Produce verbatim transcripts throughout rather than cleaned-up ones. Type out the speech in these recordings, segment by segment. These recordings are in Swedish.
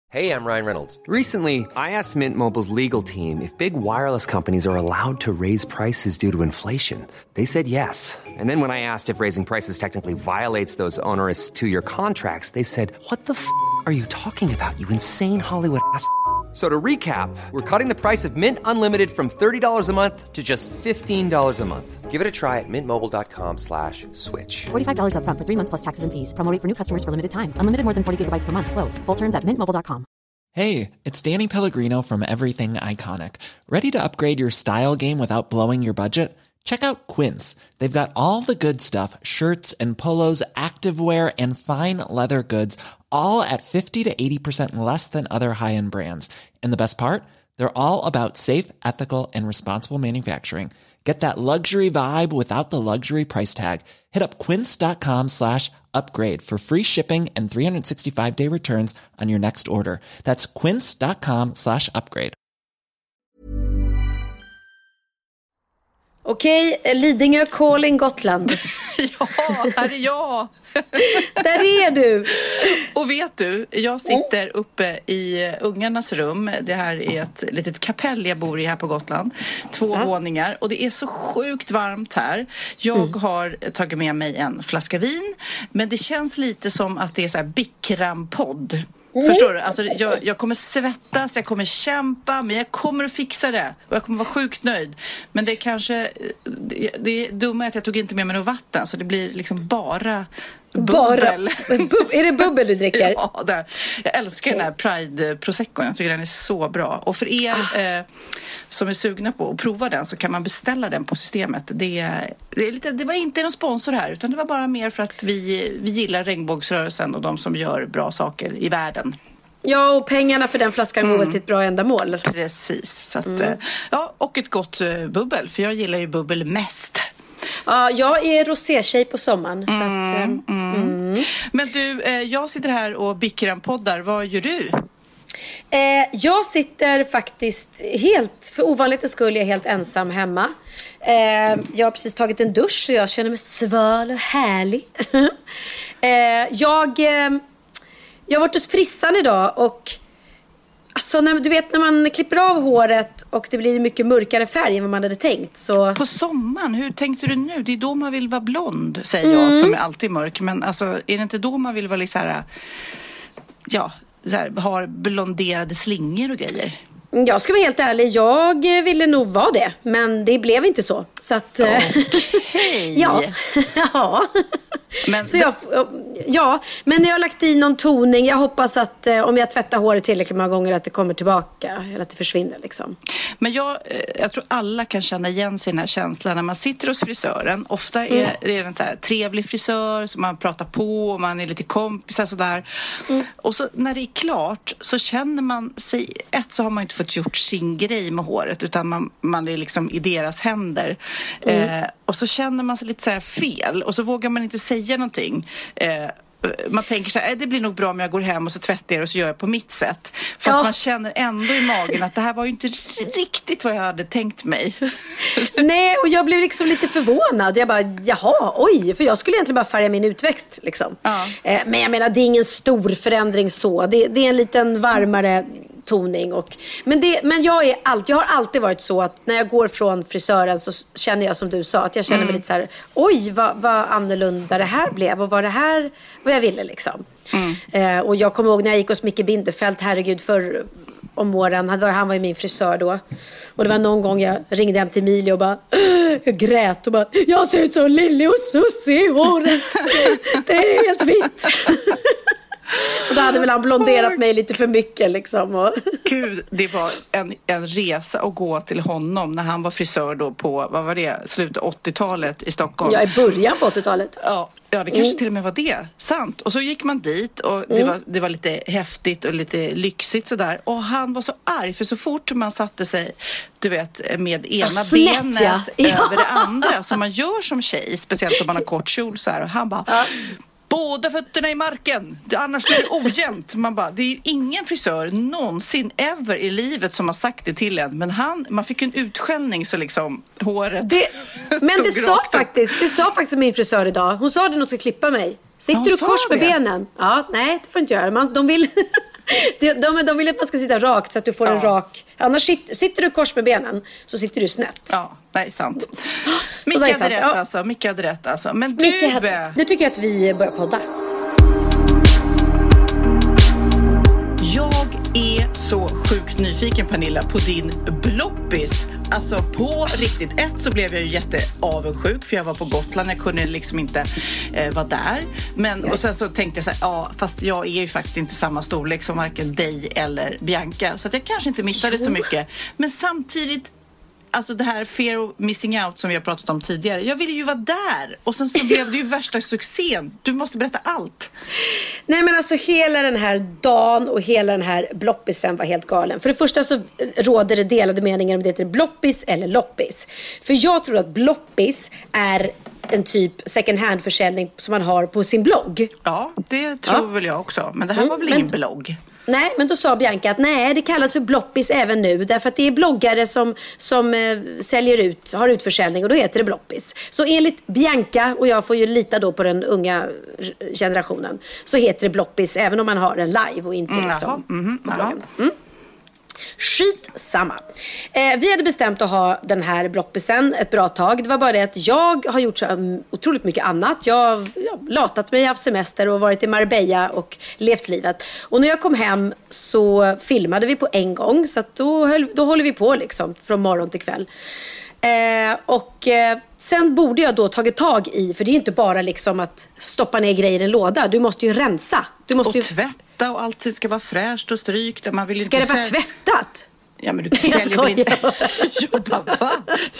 Hey, I'm Ryan Reynolds. Recently, I asked Mint Mobile's legal team if big wireless companies are allowed to raise prices due to inflation. They said yes. And then when I asked if raising prices technically violates those onerous two-year contracts, they said, what the f*** are you talking about, you insane Hollywood ass f- So to recap, we're cutting the price of Mint Unlimited from thirty dollars a month to just fifteen dollars a month. Give it a try at mintmobile.com slash switch. forty-five dollars up front for three months plus taxes and fees. Promo rate for new customers for limited time. Unlimited more than forty gigabytes per month. Slows full terms at mint mobile dot com. Hey, it's Danny Pellegrino from Everything Iconic. Ready to upgrade your style game without blowing your budget? Check out Quince. They've got all the good stuff, shirts and polos, activewear, and fine leather goods, all at fifty to eighty percent less than other high-end brands. And the best part? They're all about safe, ethical, and responsible manufacturing. Get that luxury vibe without the luxury price tag. Hit up quince.com slash upgrade for free shipping and three sixty-five day returns on your next order. That's quince.com slash upgrade. Okej, Lidingö calling Gotland. Ja, här är jag. Där är du. Och vet du, jag sitter uppe i ungarnas rum. Det här är ett litet kapell jag bor i här på Gotland. Två ja. våningar. Och det är så sjukt varmt här. Jag mm. har tagit med mig en flaska vin. Men det känns lite som att det är så här Bikram-podd. Mm. Förstår du? Alltså, jag, jag kommer svettas, jag kommer kämpa, men jag kommer att fixa det. Och jag kommer vara sjukt nöjd. Men det är kanske, det, det är dumma att jag tog inte med mig något vatten. Så det blir liksom bara bubbel. Bara, bub, är det bubbel du dricker? Ja, det. Jag älskar den här Pride Prosecco. Jag tycker den är så bra. Och för er ah. eh, som är sugna på att prova den så kan man beställa den på systemet. Det, det, är lite, det var inte någon sponsor här, utan det var bara mer för att vi, vi gillar regnbågsrörelsen och de som gör bra saker i världen. Ja, och pengarna för den flaskan mm. går väl till ett bra ändamål. Precis. Så att, mm. ja, och ett gott bubbel, för jag gillar ju bubbel mest. Ja, jag är rosétjej på sommaren. Så mm, att, mm. Mm. Men du, jag sitter här och Bikram-poddar. Vad gör du? Eh, jag sitter faktiskt helt, för ovanlighetens skull, är jag helt ensam hemma. Eh, jag har precis tagit en dusch så jag känner mig sval och härlig. eh, jag, eh, jag har varit hos frissan idag och alltså, när, du vet när man klipper av håret och det blir mycket mörkare färg än vad man hade tänkt. Så... På sommaren, hur tänkte du nu? Det är då man vill vara blond, säger mm. jag som är alltid mörk. Men alltså, är det inte då man vill vara lite så här, ja, så här, har blonderade slingor och grejer? Jag ska vara helt ärlig, jag ville nog vara det, men det blev inte så. Så att, okej. ja. ja. Men, så jag, ja, men jag har lagt i någon toning. Jag hoppas att eh, om jag tvättar håret tillräckligt många gånger att det kommer tillbaka eller att det försvinner liksom. Men jag, jag tror alla kan känna igen sig i den här känslan när man sitter hos frisören. Ofta är mm. det en så här trevlig frisör som man pratar på och man är lite kompisar sådär. Mm. Och så när det är klart så känner man sig, ett så har man inte fått gjort sin grej med håret utan man, man är liksom i deras händer. Mm. Eh, och så känner man sig lite så här fel och så vågar man inte säga någonting. Eh, man tänker så här, det blir nog bra om jag går hem och så tvättar jag och så gör jag på mitt sätt. Fast ja. man känner ändå i magen att det här var ju inte riktigt vad jag hade tänkt mig. Nej, och jag blev liksom lite förvånad. Jag bara, jaha, oj, för jag skulle egentligen bara färga min utväxt liksom. Ja. Eh, men jag menar, det är ingen stor förändring så. Det, det är en liten varmare toning och, men, det, men jag, är allt, jag har alltid varit så att när jag går från frisören så känner jag som du sa att jag känner mm. mig lite så här, oj vad, vad annorlunda det här blev och vad det här vad jag ville liksom. Mm. Eh, och jag kommer ihåg när jag gick hos Micke Bindefeld, herregud, för om åren, han var, han var ju min frisör då och det var någon gång jag ringde hem till Emilie och bara jag grät och bara, jag ser ut som Lilly och Susie i håret. Det är helt vitt. Och då hade väl han blonderat mig lite för mycket liksom. Och... Gud, det var en, en resa att gå till honom när han var frisör då på, vad var det, slutet åttiotalet i Stockholm. Ja, i början på åttiotalet. Ja, ja det kanske mm. till och med var det. Sant. Och så gick man dit och det, mm. var, det var lite häftigt och lite lyxigt sådär. Och han var så arg för så fort man satte sig, du vet, med ena snett, benet ja. över det andra som man gör som tjej, speciellt om man har kort kjol så här. Och han bara... Ja. Båda fötterna i marken, annars blir det ojämnt. Man bara, det är ju ingen frisör någonsin ever i livet som har sagt det till en. Men han, man fick en utskällning så liksom håret det, men det sa faktiskt, det sa faktiskt min frisör idag. Hon sa att hon ska klippa mig. Sitter ja, du kors med det? Benen? Ja, nej, det får inte göra. Man, de vill... De, de, de vill att man ska sitta rakt så att du får ja. en rak... Annars sitter, sitter du kors med benen så sitter du snett. Ja, det är sant. Micke hade sant. rätt ja. alltså. Micke hade rätt alltså. Men du... Hade... Nu tycker jag att vi börjar podda. Jag är så sjukt nyfiken, Pernilla, på din bloppis. Alltså på riktigt. Ett så blev jag ju jätteavundsjuk för jag var på Gotland. Jag kunde liksom inte eh, vara där. Men, och sen så tänkte jag så här, ja, fast jag är ju faktiskt inte samma storlek som varken dig eller Bianca. Så att jag kanske inte missade jo. så mycket. Men samtidigt, alltså det här fear of missing out som vi har pratat om tidigare. Jag ville ju vara där. Och sen så blev det ju värsta succén. Du måste berätta allt. Nej men alltså hela den här dagen och hela den här bloppisen var helt galen. För det första så råder det delade meningar om det heter bloppis eller loppis. För jag tror att bloppis är en typ second hand försäljning som man har på sin blogg. Ja, det tror ja. väl jag också. Men det här mm, var väl ingen men... blogg? Nej, men då sa Bianca att nej, det kallas för bloppis även nu. Därför att det är bloggare som, som eh, säljer ut, har utförsäljning och då heter det bloppis. Så enligt Bianca, och jag får ju lita då på den unga generationen, så heter det bloppis även om man har en live och inte mm, liksom mm, på bloggen. Mm. Skitsamma. Eh, vi hade bestämt att ha den här bloppisen ett bra tag. Det var bara det att jag har gjort så um, otroligt mycket annat. Jag har ja, latat mig, haft semester och varit i Marbella och levt livet. Och när jag kom hem så filmade vi på en gång. Så att då, höll, då håller vi på liksom från morgon till kväll. Eh, och eh, sen borde jag då tagit tag i, för det är inte bara liksom att stoppa ner grejer i en låda. Du måste ju rensa. Du måste och ju... tvätta och allt ska vara fräscht och strykt. Man vill ska inte det vara säga... tvättat? Ja, men du ställer väl inte... Jobba, va?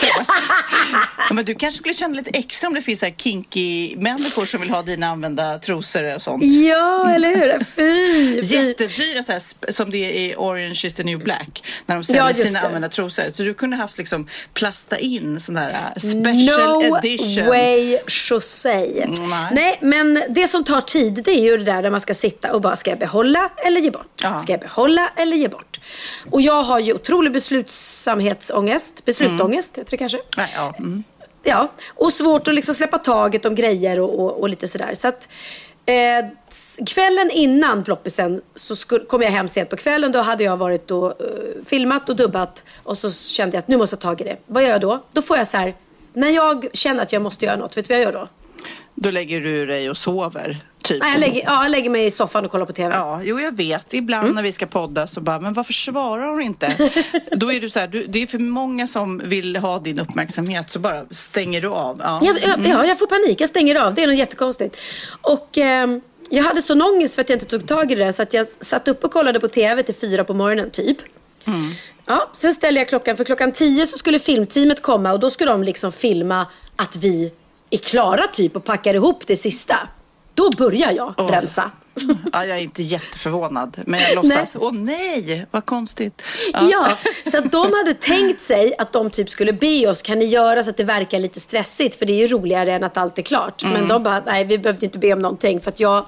Ja, men du kanske skulle känna lite extra om det finns så här kinky människor som vill ha dina använda trosor och sånt. Ja, eller hur? Fy! Jättedyra så här, som det är i Orange is the New Black. När de säljer ja, sina det. använda trosor. Så du kunde haft liksom plasta in sån där special no edition. No way, José. Mm, nej. nej, men det som tar tid, det är ju det där där man ska sitta och bara, ska jag behålla eller ge bort? Aha. Ska jag behålla eller ge bort? Och jag har ju otrolig beslutsamhetsångest. Beslutångest mm. heter det kanske. Ja, mm. ja, och svårt att liksom släppa taget om grejer och, och, och lite sådär. Så att eh, kvällen innan bloppisen så skulle, kom jag hem sent på kvällen. Då hade jag varit och uh, filmat och dubbat. Och så kände jag att nu måste jag ta tag i det. Vad gör jag då? Då får jag så här, när jag känner att jag måste göra något, vet du vad jag gör då? Då lägger du dig och sover, typ. Nej, jag lägger, ja, jag lägger mig i soffan och kollar på tv. Ja, jo, jag vet. Ibland mm. när vi ska podda så bara, men varför svarar hon inte? Då är du så här, du, det är för många som vill ha din uppmärksamhet, så bara stänger du av. Ja, jag, jag, ja jag får panik, jag stänger av. Det är något jättekonstigt. Och eh, jag hade så ångest för att jag inte tog tag i det där, så att jag satt upp och kollade på tv till fyra på morgonen, typ. Mm. Ja, sen ställde jag klockan, för klockan tio så skulle filmteamet komma och då skulle de liksom filma att vi är klara typ och packar ihop det sista. Då börjar jag oh. rensa. Ja, jag är inte jätteförvånad, men jag låtsas, åh nej. nej, vad konstigt. Ja. ja, så att de hade tänkt sig att de typ skulle be oss, kan ni göra så att det verkar lite stressigt, för det är ju roligare än att allt är klart. Mm. Men de bara, nej, vi behövde inte be om någonting, för att jag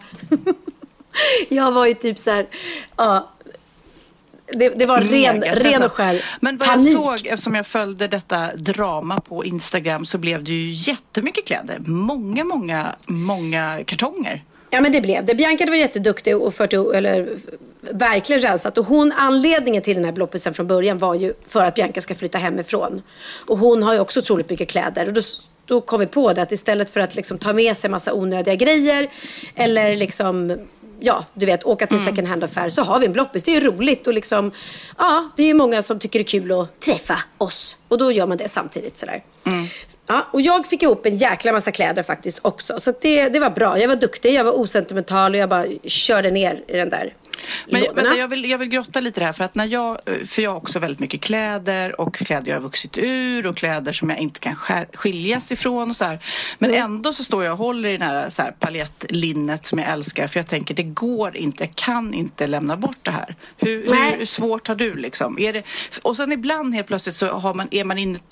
jag var ju typ så här, ja, Det, det var ren, ren och skär Men vad panik. Jag såg, eftersom jag följde detta drama på Instagram, så blev det ju jättemycket kläder. Många, många, många kartonger. Ja, men det blev det. Bianca var jätteduktig och fört, eller verkligen rensat. Och hon, anledningen till den här bloppisen från början var ju för att Bianca ska flytta hemifrån. Och hon har ju också otroligt mycket kläder. Och då, då kom vi på det att istället för att liksom ta med sig en massa onödiga grejer eller liksom... Ja, du vet, åka till second hand-affär, så har vi en bloppis. Det är ju roligt och liksom, ja, det är ju många som tycker det är kul att träffa oss. Och då gör man det samtidigt sådär. Mm. Ja, och jag fick ihop en jäkla massa kläder faktiskt också. Så att det, det var bra. Jag var duktig, jag var osentimental och jag bara körde ner i den där. Men vänta, jag, vill, jag vill grotta lite det här, för att när jag, för jag har också väldigt mycket kläder och kläder jag har vuxit ur och kläder som jag inte kan skär, skiljas ifrån och så här. Men mm. ändå så står jag och håller i den här, så här paljettlinnet som jag älskar, för jag tänker det går inte, jag kan inte lämna bort det här. Hur, hur svårt har du liksom? Är det, och sen ibland helt plötsligt så har man, är man in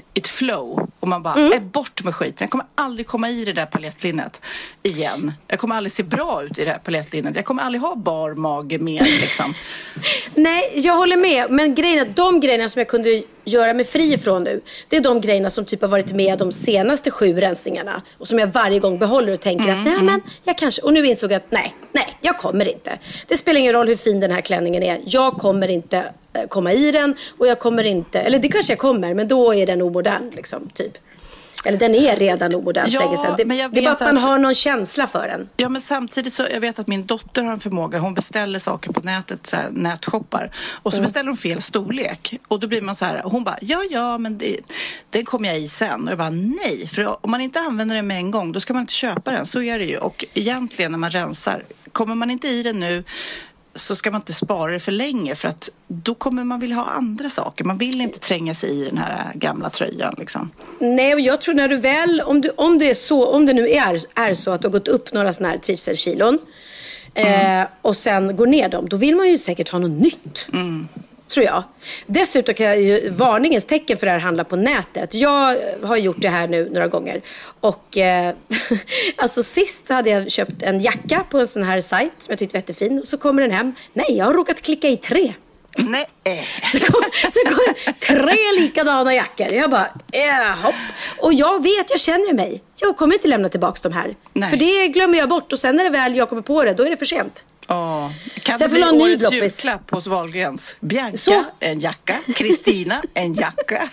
ett flow och man bara mm. är bort med skiten. Jag kommer aldrig komma i det där palettlinnet igen. Jag kommer aldrig se bra ut i det här palettlinnet. Jag kommer aldrig ha bar mage mer liksom. Nej, jag håller med. Men grejerna, de grejerna som jag kunde göra mig fri ifrån nu, det är de grejerna som typ har varit med de senaste sju rensningarna och som jag varje gång behåller och tänker mm, att nej mm. men jag kanske, och nu insåg jag att nej, nej, jag kommer inte. Det spelar ingen roll hur fin den här klänningen är. Jag kommer inte komma i den och jag kommer inte, eller det kanske jag kommer, men då är den omodern liksom, typ. Eller den är redan omodern ja, länge sedan. Det, men jag vet det är bara att man att, har någon känsla för den. Ja, men samtidigt så jag vet att min dotter har en förmåga. Hon beställer saker på nätet, så här, nätshoppar. Och så mm. beställer hon fel storlek. Och då blir man så här, hon bara, ja, ja, men det, den kommer jag i sen. Och jag bara, nej. För om man inte använder den med en gång, då ska man inte köpa den. Så är det ju. Och egentligen när man rensar, kommer man inte i den nu, så ska man inte spara det för länge, för att då kommer man vilja ha andra saker. Man vill inte tränga sig i den här gamla tröjan liksom. Nej, och jag tror när du väl, om, du, om det är så, om det nu är, är så att du har gått upp några såna här trivselkilon mm. eh, och sen går ner dem, då vill man ju säkert ha något nytt. Mm. Tror jag. Dessutom kan jag ju, varningens tecken för det här handlar på nätet. Jag har gjort det här nu några gånger. Och eh, alltså sist hade jag köpt en jacka på en sån här sajt som jag tyckte var jättefin. Och så kommer den hem. Nej, jag har råkat klicka i tre. Nej. Så kom, så kom tre likadana jackor. Jag bara, äh, hopp. Och jag vet, jag känner mig. Jag kommer inte lämna tillbaka de här. Nej. För det glömmer jag bort. Och sen när det väl jag kommer på det, då är det för sent. Oh. Kan det bli årets julklapp hos Wahlgrens? Bianca, så. En jacka. Kristina, en jacka.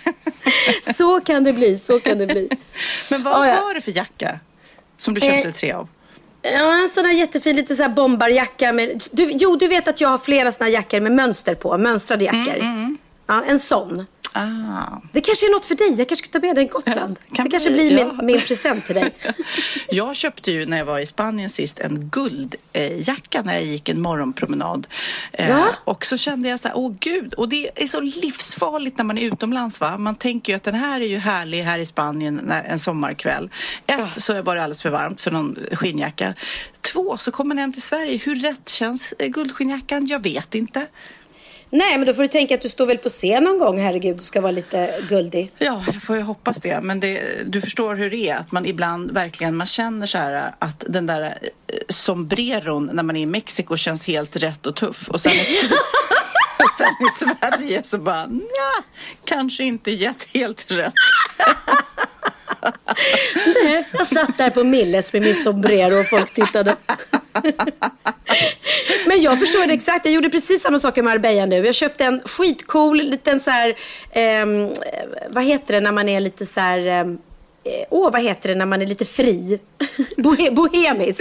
Så kan det bli, så kan det bli. Men vad oh, ja. var det för jacka som du köpte eh, tre av? Ja, en sån här jättefin, lite så här bombarjacka. Med, du, jo, du vet att jag har flera såna här jackor med mönster på. Mönstrade jackor. Mm, mm. Ja, en sån. Ah. Det kanske är något för dig. Jag kanske ska ta med dig i Gotland. Ja, kan det kanske blir ja. min, min present till dig. Jag köpte ju när jag var i Spanien sist en guldjacka när jag gick en morgonpromenad. Eh, och så kände jag så här, åh gud. Och det är så livsfarligt när man är utomlands, va? Man tänker ju att den här är ju härlig här i Spanien när, en sommarkväll. Ett, ja. så var det alldeles för varmt för någon skinnjacka. Två, så kommer man hem till Sverige. Hur rätt känns guldskinnjackan? Jag vet inte. Nej, men då får du tänka att du står väl på scen någon gång, herregud, du ska vara lite guldig. Ja, jag får ju hoppas det. Men det, du förstår hur det är, att man ibland verkligen, man känner så här att den där eh, sombreron när man är i Mexiko känns helt rätt och tuff. Och sen i, och sen i Sverige så bara, nja, kanske inte gett helt rätt. Nej, jag satt där på Milles med min sombrero och folk tittade. Men jag förstår det exakt. Jag gjorde precis samma sak i Marbella nu. Jag köpte en skitcool liten så här eh, vad heter det när man är lite så här eh, åh, vad heter det när man är lite fri? Bohe- bohemisk.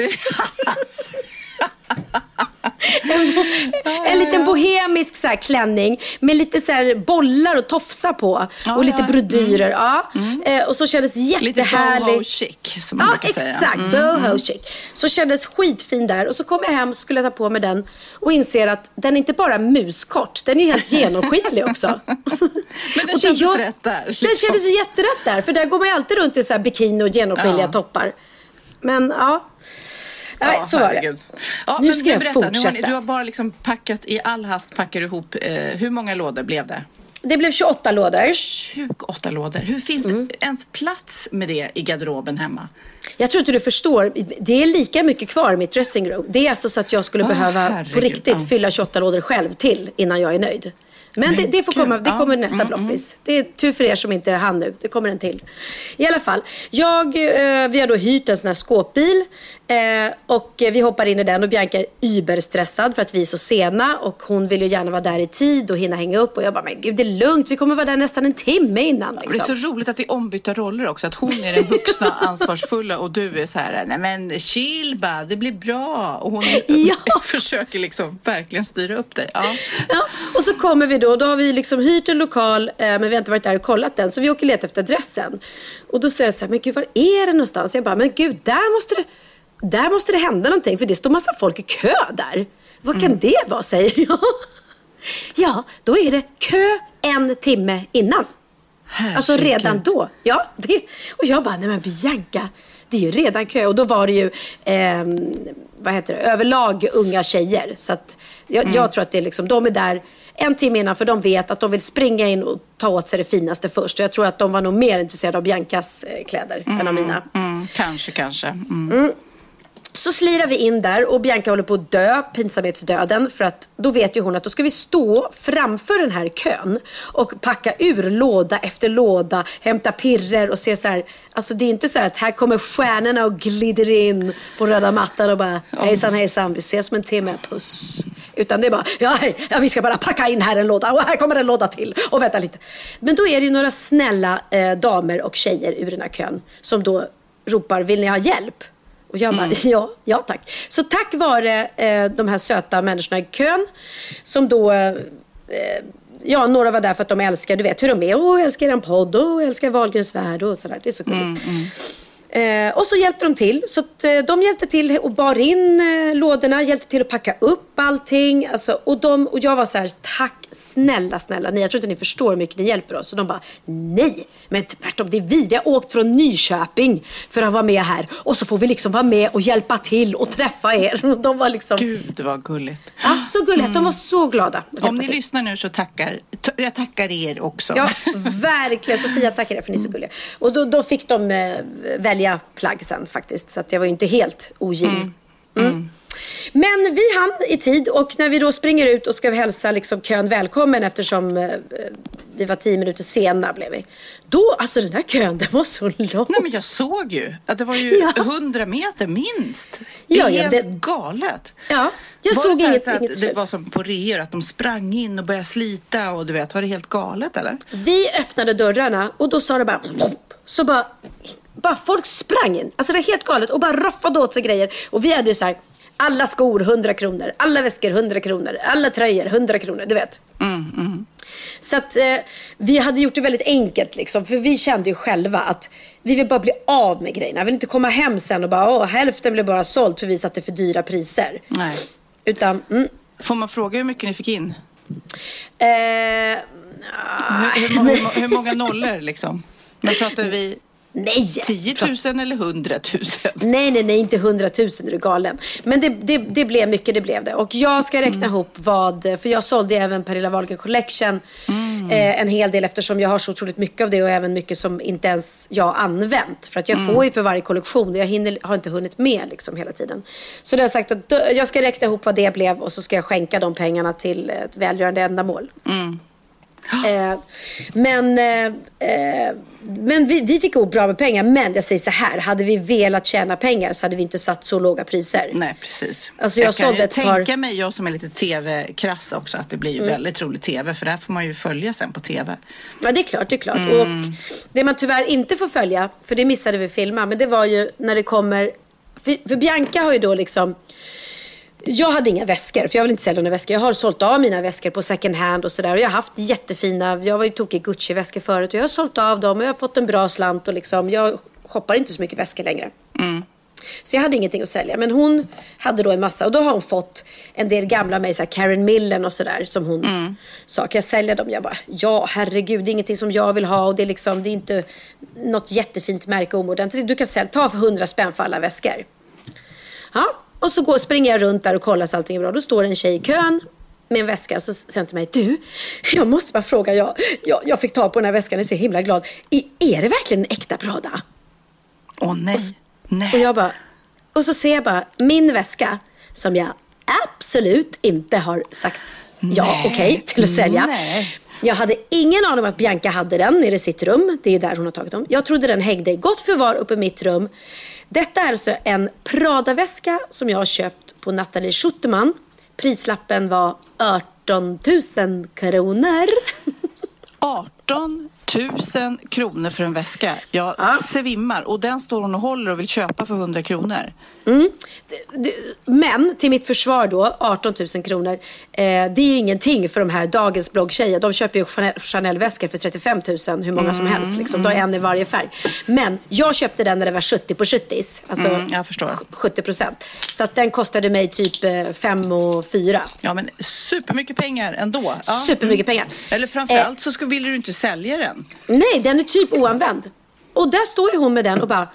En, bo- en liten bohemisk så här klänning med lite så här bollar och tofsar på och lite brodyrer. Mm. Ja. Mm. Eh, och så kändes jättehärligt. Lite boho chic som man ja, brukar säga. Exakt, mm. boho chic. Så kändes skitfin där. Och så kom jag hem och skulle ta på mig den och inser att den är inte bara muskort, den är helt genomskinlig också. Men den och kändes jag, rätt där. Liksom. Den kändes jätterätt där, för där går man ju alltid runt i så här bikini och genomskinliga ja. toppar. Men ja. Nej, ja, så var det. Ja, nu men ska jag berätta, fortsätta. Nu har, du har bara liksom packat i all hast, packar ihop. Eh, hur många lådor blev det? Det blev tjugoåtta lådor. tjugoåtta lådor. Hur finns mm. det ens plats med det i garderoben hemma? Jag tror inte du förstår. Det är lika mycket kvar i mitt dressing room. Det är alltså så att jag skulle oh, behöva herregud, på riktigt ja. fylla tjugoåtta lådor själv till innan jag är nöjd. Men, Men det, det får komma, det kommer nästa mm, bloppis. Mm. Det är tur för er som inte hann nu. Det kommer en till. I alla fall, jag, eh, vi har då hyrt en sån här skåpbil. Eh, och vi hoppar in i den och Bianca är überstressad för att vi är så sena. Och hon vill ju gärna vara där i tid och hinna hänga upp. Och jag bara, men gud, det är lugnt. Vi kommer vara där nästan en timme innan. Liksom. Det är så roligt att det är ombytta roller också. Att hon är den vuxna, ansvarsfulla och du är så här, nej men chill bara, det blir bra. Och hon ja. försöker liksom verkligen styra upp dig. Ja. Ja, och så kommer vi då, då har vi liksom hyrt en lokal, eh, men vi har inte varit där och kollat den. Så vi åker leta efter adressen. Och då säger jag så här, men gud, var är det någonstans? Jag bara, men gud, där måste det... Där måste det hända någonting, för det står massa folk i kö där. Vad kan mm. det vara, säger jag. Ja, då är det kö en timme innan. Herregud. Alltså redan då. Ja, det, och jag bara, nej men Bianca, det är ju redan kö. Och då var det ju eh, vad heter det, överlag unga tjejer. Så att jag, mm. jag tror att det är liksom, de är där en timme innan, för de vet att de vill springa in och ta åt sig det finaste först. Och jag tror att de var nog mer intresserade av Biancas kläder mm. än av mina. Mm. Kanske, kanske. Mm. Mm. Så slirar vi in där och Bianca håller på att dö, pinsamhetsdöden, för att då vet ju hon att då ska vi stå framför den här kön och packa ur låda efter låda, hämta pirrer och se så här, alltså det är inte så här att här kommer stjärnorna och glider in på röda mattan och bara hejsan hejsan, vi ses om en timme, puss. Utan det är bara, ja, ja vi ska bara packa in här en låda och här kommer en låda till och vänta lite. Men då är det ju några snälla eh, damer och tjejer ur den här kön som då ropar, vill ni ha hjälp? Och jag bara, mm. ja, ja tack. Så tack vare eh, de här söta människorna i kön som då, eh, ja, några var där för att de älskar, du vet hur de är. Åh, jag älskar en podd, åh, jag älskar Wahlgrens värld och sådär. Det är så kul. Mm, mm. Eh, och så hjälpte de till. Så att, eh, de hjälpte till och bar in eh, lådorna, hjälpte till att packa upp allting. Alltså, och, de, och jag var så här, tack snälla, snälla ni. Jag tror inte ni förstår hur mycket ni hjälper oss. Och de bara, nej, men tvärtom, det är vi. Vi har åkt från Nyköping för att vara med här. Och så får vi liksom vara med och hjälpa till och träffa er. De var liksom... Gud, det var gulligt. Ja, så gulligt. Mm. De var så glada. Om ni till. lyssnar nu så tackar jag tackar er också. Ja, verkligen. Sofia tackar er för ni är så gulliga. Och då, då fick de eh, välja plagg sen faktiskt. Så att jag var ju inte helt ogin. Mm. Mm. Mm. Men vi hann i tid och när vi då springer ut och ska hälsa liksom kön välkommen eftersom eh, vi var tio minuter sena blev vi. Då, alltså den här kön, den var så lång. Nej men jag såg ju att det var ju ja. hundra meter minst. Det är ja, ja, helt det... galet. Ja, jag var såg det inget, att inget det var som på reor att de sprang in och började slita och du vet, var det helt galet eller? Vi öppnade dörrarna och då sa det bara så bara, bara folk sprang in. Alltså det är helt galet och bara roffade åt sig grejer. Och vi hade ju så här, alla skor hundra kronor, alla väskor hundra kronor, alla tröjor hundra kronor, du vet. Mm, mm. Så att eh, vi hade gjort det väldigt enkelt liksom, för vi kände ju själva att vi vill bara bli av med grejerna. Jag vill inte komma hem sen och bara, åh, hälften blev bara sålt för vi satte för dyra priser. Nej. Utan, mm. Får man fråga hur mycket ni fick in? Eh, hur, hur, hur, hur många nollor liksom? Men pratar vi... Nej. tio tusen eller hundra tusen? Nej, nej, nej, inte hundra tusen, är du galen. Men det, det, det blev mycket, det blev det. Och jag ska räkna mm. ihop vad, för jag sålde även Pernilla Wahlgren Collection mm. eh, en hel del eftersom jag har så otroligt mycket av det och även mycket som inte ens jag har använt. För att jag mm. får ju för varje kollektion och jag hinner, har inte hunnit med liksom hela tiden. Så då har jag sagt att jag ska räkna ihop vad det blev och så ska jag skänka de pengarna till ett välgörande ändamål. Mm. Eh, men eh, men vi, vi fick gå bra med pengar. Men jag säger så här, hade vi velat tjäna pengar så hade vi inte satt så låga priser. Nej, precis. Alltså jag, jag kan ju ett tänka par... mig, jag som är lite tv-krass också, att det blir ju mm. väldigt rolig tv. För det här får man ju följa sen på tv. Ja, det är klart, det är klart. mm. Och det man tyvärr inte får följa, för det missade vi filma, men det var ju när det kommer för, för Bianca har ju då liksom, jag hade inga väskor, för jag vill inte sälja några väskor. Jag har sålt av mina väskor på second hand och sådär. Och jag har haft jättefina, jag var ju tokig Gucci-väskor förut. Och jag har sålt av dem och jag har fått en bra slant. Och liksom, jag shoppar inte så mycket väskor längre. Mm. Så jag hade ingenting att sälja. Men hon hade då en massa. Och då har hon fått en del gamla mig, så här Karen Millen och sådär. Som hon mm. sa, kan jag sälja dem? Jag bara, ja herregud, det är ingenting som jag vill ha. Och det är liksom, det är inte något jättefint märke omodernt. Du kan sälja, ta för hundra spänn för alla väskor. Ja. Och så går, springer jag runt där och kollar så allting är bra. Då står en tjej i kön med en väska. Och så säger till mig, du, jag måste bara fråga. Jag, jag, jag fick ta på den här väskan och är så himla glad. I, är det verkligen en äkta Prada? Åh nej, och, nej. Och jag bara, och så ser jag bara min väska som jag absolut inte har sagt ja okej okay, till att sälja. Nej. Jag hade ingen aning om att Bianca hade den nere i sitt rum. Det är där hon har tagit dem. Jag trodde den hängde i gott förvar uppe i mitt rum. Detta är alltså en Prada-väska som jag har köpt på Nathalie Schutterman. Prislappen var arton tusen kronor. arton tusen kronor för en väska. Jag ja. svimmar. Och den står hon och håller och vill köpa för hundra kronor. Mm. Men till mitt försvar då, arton tusen kronor. Eh, det är ingenting för de här dagens bloggtjejer. De köper ju Chanel-väskor för trettiofem tusen, hur många som helst. Liksom. De har en i varje färg. Men jag köpte den när det var sjuttio på sjuttio. Alltså mm, jag förstår. sjuttio procent. Så att den kostade mig typ fem och fyra. Ja, men supermycket pengar ändå. Ja. Supermycket pengar. Eller framförallt eh, så ska, vill du inte sälja den. Nej, den är typ oanvänd. Och där står ju hon med den och bara,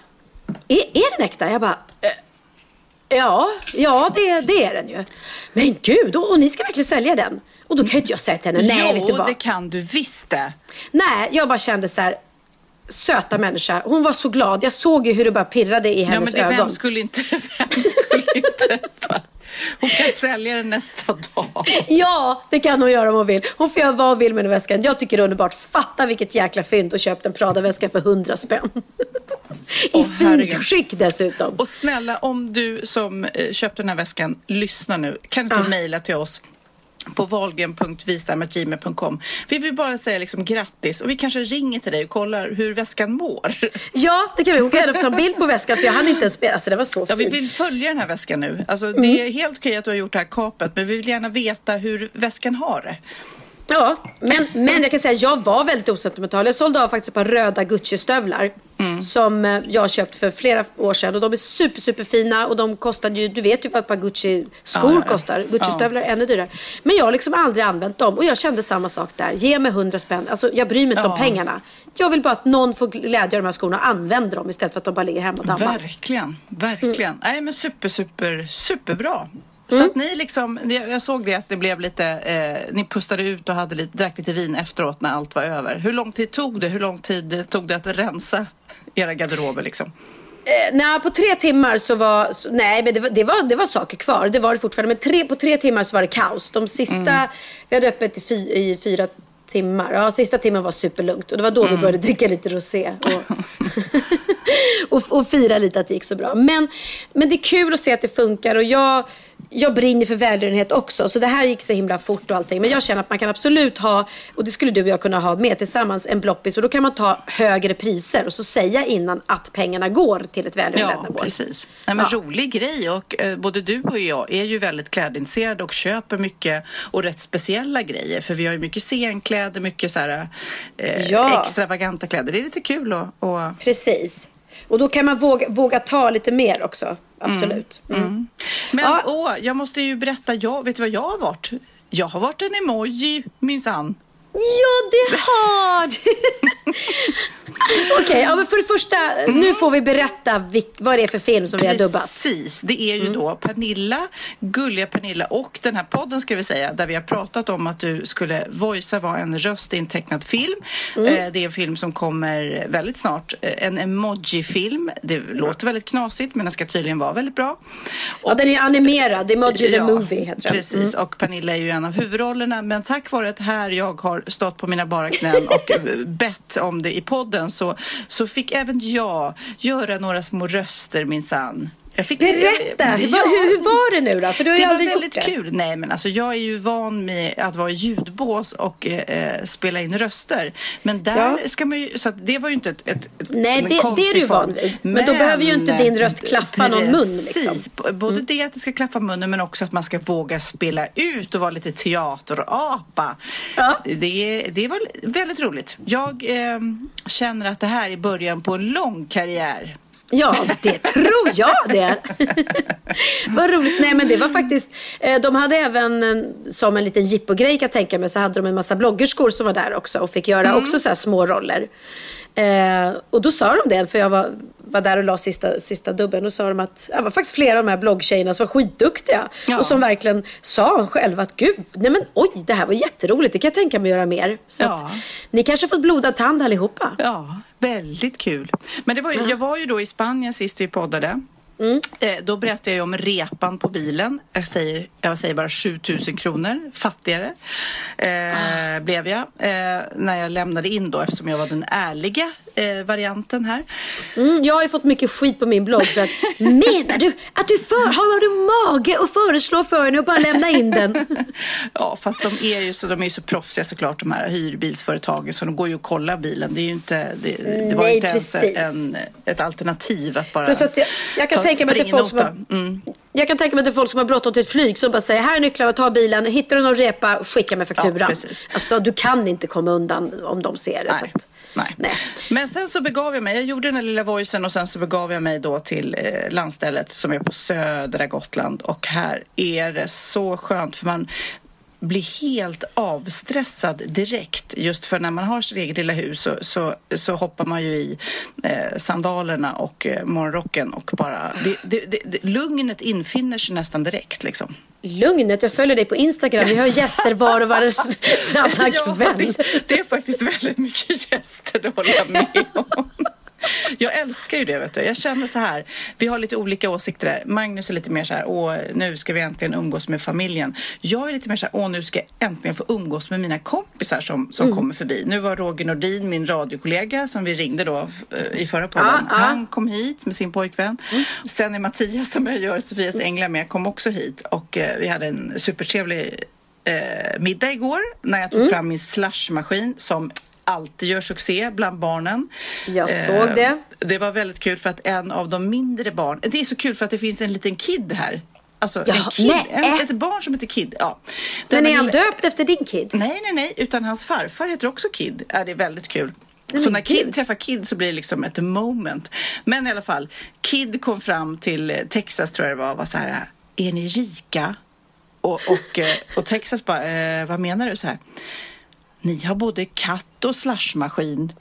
är, är den äkta? Jag bara, äh, ja, ja det, det är den ju. Men gud, och, och ni ska verkligen sälja den? Och då kan ju inte jag säga till henne, nej, jo, vet du vad? det kan du visst det. Nej, jag bara kände så här, söta människa. Hon var så glad. Jag såg ju hur det bara pirrade i hennes ja, men det, ögon. Vem skulle inte, vem skulle inte hon kan sälja den nästa dag. Ja, det kan hon göra om hon vill. Hon får göra vad hon vill med den väskan. Jag tycker det är underbart. Fatta vilket jäkla fynd och köpt en Prada-väska för hundra spänn. I oh, fint skick dessutom. Och snälla, om du som eh, köpte den här väskan lyssnar nu, kan du inte ah. mejla till oss på wahlgren punkt wistam at gmail punkt com. Vi vill bara säga liksom grattis och vi kanske ringer till dig och kollar hur väskan mår. Ja, det kan vi. Hon kan gärna få ta en bild på väskan för jag hann inte ens spela. Alltså det var så fint. Ja, vi vill följa den här väskan nu. Alltså mm. det är helt okej att du har gjort det här kapet, men vi vill gärna veta hur väskan har det. Ja, men, men jag kan säga att jag var väldigt osentimental. Jag sålde av faktiskt ett par röda Gucci-stövlar mm. som jag köpt för flera år sedan. Och de är super, super fina och de kostade ju, du vet ju vad ett par Gucci-skor ja, ja. kostar. Gucci-stövlar är ja. ännu dyrare. Men jag har liksom aldrig använt dem och jag kände samma sak där. Ge mig hundra spänn. Alltså jag bryr mig inte ja. om pengarna. Jag vill bara att någon får glädje av de här skorna och använder dem istället för att de bara ligger hemma och dammar. Verkligen, verkligen. Mm. Nej men super, super, superbra. Så mm. att ni liksom, jag såg det att det blev lite, eh, ni pustade ut och hade lite, drack lite vin efteråt när allt var över. Hur lång tid tog det? Hur lång tid tog det att rensa era garderober liksom? Eh, nej, på tre timmar så var, så, nej men det var, det, var, det var saker kvar, det var det fortfarande. Men tre, på tre timmar så var det kaos. De sista, mm. vi hade öppet i, fy, i fyra timmar. Ja, sista timmen var superlugnt. Och det var då mm. vi började dricka lite rosé. Och, och, och fira lite att det gick så bra. Men, men det är kul att se att det funkar. Och jag, jag brinner för välgörenhet också. Så det här gick så himla fort och allting. Men jag känner att man kan absolut ha, och det skulle du och jag kunna ha med tillsammans, en bloppis. Och då kan man ta högre priser. Och så säga innan att pengarna går till ett välgörande. Ja, precis. Nej, men ja. rolig grej. Och eh, både du och jag är ju väldigt klädintresserade och köper mycket och rätt speciella grejer. För vi har ju mycket scenkläder, mycket så här, eh, ja. extravaganta kläder. Det är lite kul att... Och... Precis. Och då kan man våga, våga ta lite mer också. Absolut. Mm. Mm. Men ja. åh, jag måste ju berätta, jag, vet du vad jag har varit? Jag har varit en emoji, minsann. Ja, det har du. Okej, okay, ja, men för det första, mm. nu får vi berätta vilk, vad det är för film som Precis. vi har dubbat. Precis, det är ju mm. då Pernilla, gulliga Pernilla och den här podden ska vi säga, där vi har pratat om att du skulle voicea vara en röst i en tecknad film. Mm. Det är en film som kommer väldigt snart, en emoji-film. Det låter väldigt knasigt, men den ska tydligen vara väldigt bra. Och, ja, den är animerad, Emoji the ja, Movie heter den. Precis, mm. och Pernilla är ju en av huvudrollerna, men tack vare att här jag har stått på mina bara knän och bett om det i podden så, så fick även jag göra några små röster minsann. Jag fick, Berätta, jag, hur, ja, hur var det nu då? För du har ju aldrig gjort det. Det var väldigt kul. Nej, men alltså jag är ju van med att vara i ljudbås och eh, spela in röster. Men där ja. ska man ju, så att det var ju inte ett, ett, ett Nej, det, det är du ju van vid. Men, men då behöver ju inte din röst klaffa precis, någon mun liksom. Både mm. det att det ska klaffa munnen, men också att man ska våga spela ut och vara lite teaterapa. Ja. Det, det var väldigt roligt. Jag eh, känner att det här är början på en lång karriär. Ja, det tror jag det. Vad roligt. Nej, men det var faktiskt, de hade även som en liten jippogrej kan jag tänka mig, så hade de en massa bloggerskor som var där också och fick göra mm. också så här små roller. Eh, och då sa de det, för jag var, var där och la sista, sista dubben, och sa de att det var faktiskt flera av de här bloggtjejerna som var skitduktiga ja. och som verkligen sa själva att gud, nej men oj, det här var jätteroligt, det kan jag tänka mig göra mer. Så ja. att, ni kanske fått blodad tand allihopa. Ja, väldigt kul. Men det var ju, ja. jag var ju då i Spanien sist vi poddade. Mm. Eh, då berättade jag om repan på bilen. Jag säger, jag säger bara sjutusen kronor. Fattigare eh, ah. blev jag eh, när jag lämnade in då, eftersom jag var den ärliga eh, varianten här. Mm, jag har ju fått mycket skit på min blogg för att, menar du att du för, har du mage och föreslår för henne och bara lämna in den? Ja, fast de är ju så, de är ju så proffsiga såklart, de här hyrbilsföretagen, så de går ju och kollar bilen. Det är ju inte, det, det var Nej, inte precis. ens en, ett alternativ att bara att jag, jag kan tänka mig att det är folk som har, mm. jag kan tänka mig att det är folk som har bråttom till ett flyg som bara säger, här är nycklarna, ta bilen, hittar du någon repa, skicka med fakturan. Ja, precis. Alltså du kan inte komma undan om de ser det. Nej. Så att, Nej. Nej. Men sen så begav jag mig, jag gjorde den här lilla voicen och sen så begav jag mig då till eh, landstället som är på södra Gotland, och här är det så skönt för man bli helt avstressad direkt. Just för när man har sitt eget lilla hus så, så, så hoppar man ju i eh, sandalerna och eh, morgonrocken och bara... Det, det, det, det, lugnet infinner sig nästan direkt liksom. Lugnet, jag följer dig på Instagram. Vi har gäster var och varannan ja, kväll. Det, det är faktiskt väldigt mycket gäster, det håller jag med om. Jag älskar ju det, vet du. Jag känner så här, vi har lite olika åsikter där. Magnus är lite mer så här, åh, nu ska vi äntligen umgås med familjen. Jag är lite mer så här, åh, nu ska jag äntligen få umgås med mina kompisar som, som mm. kommer förbi. Nu var Roger Nordin, min radiokollega, som vi ringde då i förra podden. Ah, ah. Han kom hit med sin pojkvän. Mm. Sen är Mattias, som jag gör Sofias Änglar med, kom också hit. Och eh, vi hade en supertrevlig eh, middag igår när jag tog mm. fram min slushmaskin som alltid gör succé bland barnen. Jag såg det. Det var väldigt kul för att en av de mindre barn... Det är så kul för att det finns en liten kid här. Alltså ja, en kid, en, ett barn som heter Kid. Ja. Men är han lilla... döpt efter din Kid? Nej, nej, nej. Utan hans farfar heter också Kid. Ja, det är väldigt kul. Nej, så när Kid, Kid träffar Kid så blir det liksom ett moment. Men i alla fall, Kid kom fram till Texas, tror jag det var, var så här: är ni rika? Och, och, och Texas bara, eh, vad menar du så här? Ni har både katt och slashmaskin.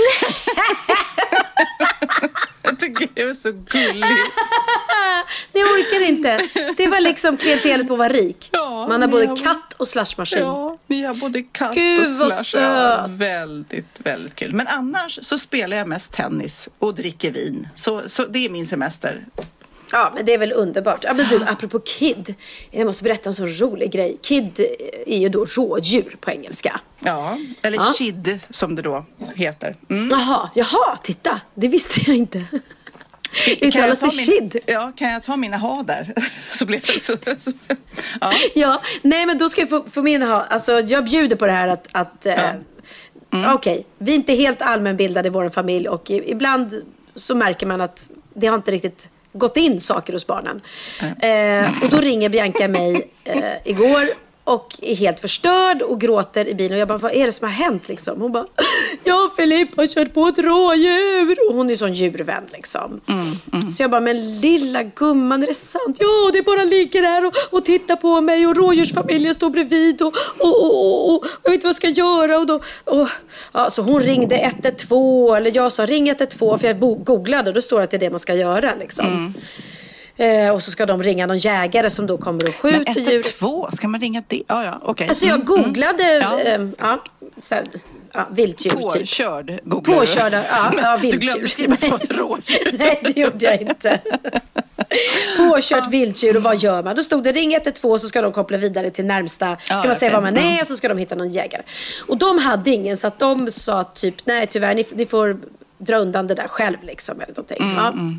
Jag tycker det var så gulligt. Ni orkar inte. Det var liksom klientelet på att vara rik. Ja, man har både har... katt och slashmaskin. Ja, ni har både katt Gud, och slash. Vad söt. Ja, väldigt, väldigt kul. Men annars så spelar jag mest tennis och dricker vin. Så, så det är min semester. Ja, men det är väl underbart. Ja, men du, apropå Kid. Jag måste berätta en så rolig grej. Kid är ju då rådjur på engelska. Ja, eller ja. Kid som det då heter. Mm. Jaha, jaha, titta. Det visste jag inte. Uttalas det Kid? Ja, kan jag ta mina ha där? Så blir det så. så ja. ja, nej men då ska jag få, få min ha. Alltså jag bjuder på det här att... att ja. eh, mm. Okej, okay, vi är inte helt allmänbildade i vår familj. Och ibland så märker man att det har inte riktigt... gått in saker hos barnen. Mm. Eh, och då ringer Bianca mig eh, igår och är helt förstörd och gråter i bilen. Och jag bara, vad är det som har hänt liksom? Hon bara, ja, Filip har kört på ett rådjur. Och hon är ju sån djurvän liksom. Mm, mm. Så jag bara, men lilla gumman, är det sant? Ja, det bara ligger här och, och tittar på mig. Och rådjursfamiljen står bredvid. Och, och, och, och, och jag vet inte vad jag ska göra. Och då, och, ja, så hon ringde ett ett två. Eller jag sa, ring ett ett två. För jag googlade och då står det att det är det man ska göra liksom. Mm. Eh, och så ska de ringa någon jägare som då kommer och skjuter djur. Men ett ett två, ska man ringa det? Ja, ja, okej. Okay. Alltså jag googlade mm. eh, ja, så här, ja, vilddjur typ. Påkörd googlade Påkörda, ja, ja vilddjur. Du glömde skriva på ett rådjur. Nej, det gjorde jag inte. Påkört vilddjur och vad gör man? Då stod det ring ett ett två, så ska de koppla vidare till närmsta. Ska ja, man säga vad man är, så ska de hitta någon jägare. Och de hade ingen, så att de sa typ, nej tyvärr, ni, ni får dra undan det där själv liksom. Eller någonting. Mm, ja. mm.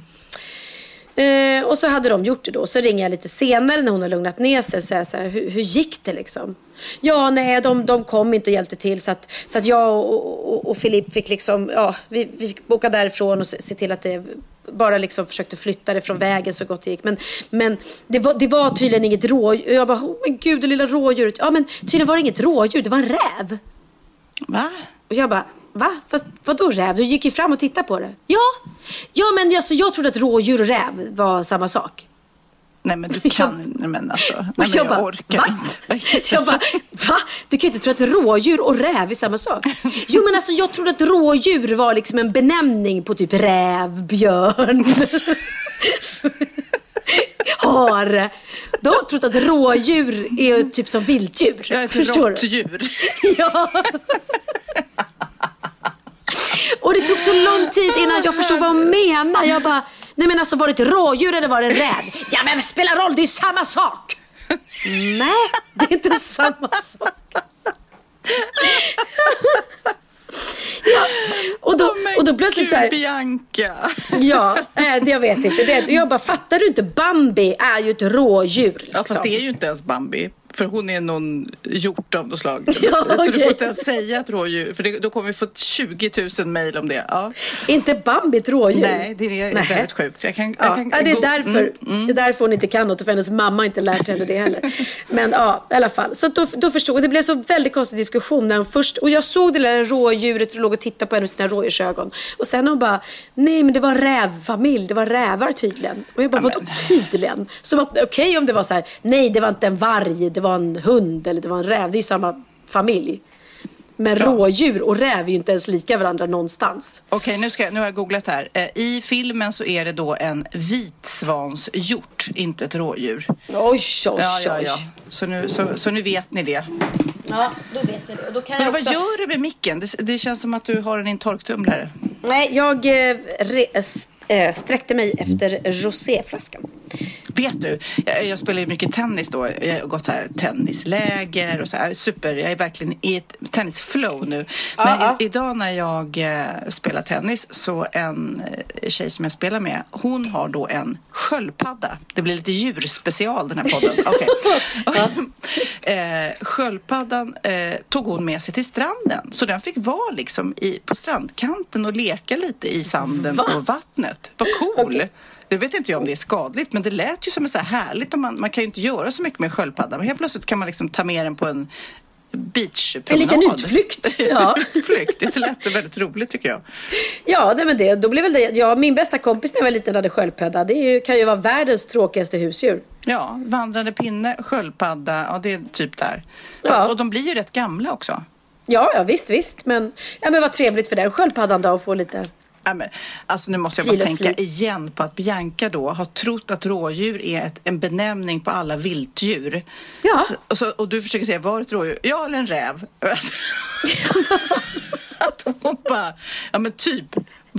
Eh, och så hade de gjort det då. Så ringer jag lite senare när hon har lugnat ner sig och säger så här, hur, hur gick det liksom? Ja, nej, de, de kom inte och hjälpte till. Så att, så att jag och, och, och Filip fick liksom, ja, vi, vi fick boka därifrån och se, se till att det bara liksom försökte flytta det från vägen så gott det gick. Men, men det, var, det var tydligen inget rådjur. Jag bara, oh, men gud, det lilla rådjuret. Ja, men tydligen var det inget rådjur, det var en räv. Va? Och jag bara, va? Fast vadå räv? Du gick ju fram och tittade på det. Ja, ja men alltså, jag trodde att rådjur och räv var samma sak. Nej men du kan, nej men alltså, nej, men jag, jag bara, orkar va? inte. Jag bara, va? Du kan ju inte tro att rådjur och räv är samma sak. Jo men alltså, jag trodde att rådjur var liksom en benämning på typ räv, björn, hare. De har trott att rådjur är typ som vilddjur. Jag är ett råttdjur. Ja. Och det tog så lång tid innan jag förstod vad hon menar. Jag bara, nej men alltså, var det ett rådjur eller var det en räv? Ja men spelar roll, det är samma sak. Nej, det är inte samma sak. Ja. Och, då, och då plötsligt så här, Bianca. Ja, det jag vet inte det. Jag bara, fattar du inte, Bambi är ju ett rådjur liksom. Ja, fast det är ju inte ens Bambi. För hon är någon hjort av något slag. Ja, så okay. du får inte ens säga ett rådjur. För det, då kommer vi få tjugo tusen mejl om det. Ja. Inte Bambi ett rådjur? Nej, det är Nej. väldigt sjukt. Jag kan, ja. jag kan, ja, det är därför. Mm, mm. Det är därför hon inte kan något. Och för hennes mamma inte lärt henne det heller. Men ja, i alla fall. Så då, då förstod jag. Det blev så väldigt konstig diskussion. När hon först, och jag såg det där rådjuret och låg och tittade på henne med sina rådjursögon. Och sen hon bara, nej men det var rävfamilj. Det var rävar tydligen. Och jag bara, vadå tydligen? Som att, okej okay, om det var så här, nej det var inte en varg. Det var var en hund eller det var en räv. Det är ju samma familj. Men ja. rådjur och räv är ju inte ens lika varandra någonstans. Okej, okay, nu, ska, nu har jag googlat här. Eh, I filmen så är det då en vitsvanshjort, inte ett rådjur. Oj, oj, ja, ja, oj. Ja. Så, nu, så, så nu vet ni det. Ja, då vet ni det. Och då kan Men jag vad också... gör du med micken? Det, det känns som att du har en torktumlare. Nej, jag eh, re, äh, sträckte mig efter roséflaskan. Vet du, jag, jag spelar ju mycket tennis då. Jag har gått så här tennisläger och så här. Super, jag är verkligen i ett tennisflow nu. Men uh-huh. i, idag när jag eh, spelar tennis så en eh, tjej som jag spelar med, hon har då en sköldpadda. Det blir lite djurspecial den här podden. Okej. Okay. eh, sköldpaddan eh, tog hon med sig till stranden. Så den fick vara liksom i, på strandkanten och leka lite i sanden Va? och vattnet. Vad cool! Okay. Jag vet inte om det är skadligt, men det lät ju som en så här härligt. Och man, man kan ju inte göra så mycket med sköldpaddan. Men helt plötsligt kan man liksom ta med den på en beachpromenad. En liten utflykt. Ja. utflykt. Det lät väldigt roligt tycker jag. Ja, det, men det, då blev väl det. Ja, min bästa kompis när jag var liten hade sköldpadda. Det är ju, kan ju vara världens tråkigaste husdjur. Ja, vandrande pinne, sköldpadda, ja det är typ där. Ja. Och de blir ju rätt gamla också. Ja, ja visst, visst. Men, ja, men vad trevligt för den sköldpaddan då att få lite... Ja, men, alltså nu måste jag bara tänka igen på att Bianca då har trott att rådjur är ett, en benämning på alla viltdjur. Ja. Och, så, och du försöker säga, var ett rådjur? Ja, eller en räv? Att hon bara, ja men typ.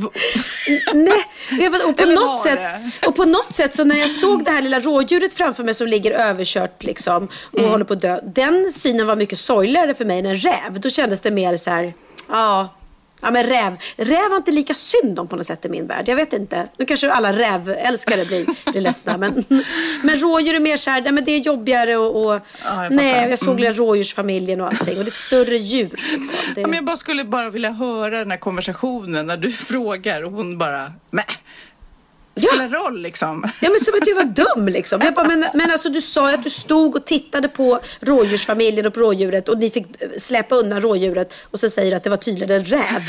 Nej, och på, något sätt, och på något sätt så när jag såg det här lilla rådjuret framför mig som ligger överkört liksom, och mm. håller på att dö. Den synen var mycket sorgligare för mig än en räv. Då kändes det mer så här, ja... Ja, men räv. Räv var inte lika synd om på något sätt i min värld. Jag vet inte. Nu kanske alla rävälskare blir, blir ledsna. Men, men rådjur är mer så här, men det är jobbigare och, och ja, jag nej, jag såg mm. rådjursfamiljen och allting. Och det är ett större djur. Liksom. Det... Ja, men jag bara skulle bara vilja höra den här konversationen när du frågar och hon bara, nej. Det spelar ja. roll liksom. Ja, men som att jag var dum liksom. Jag bara, men, men alltså du sa att du stod och tittade på rådjursfamiljen och på rådjuret och ni fick släppa undan rådjuret och så säger att det var tydligen en räv.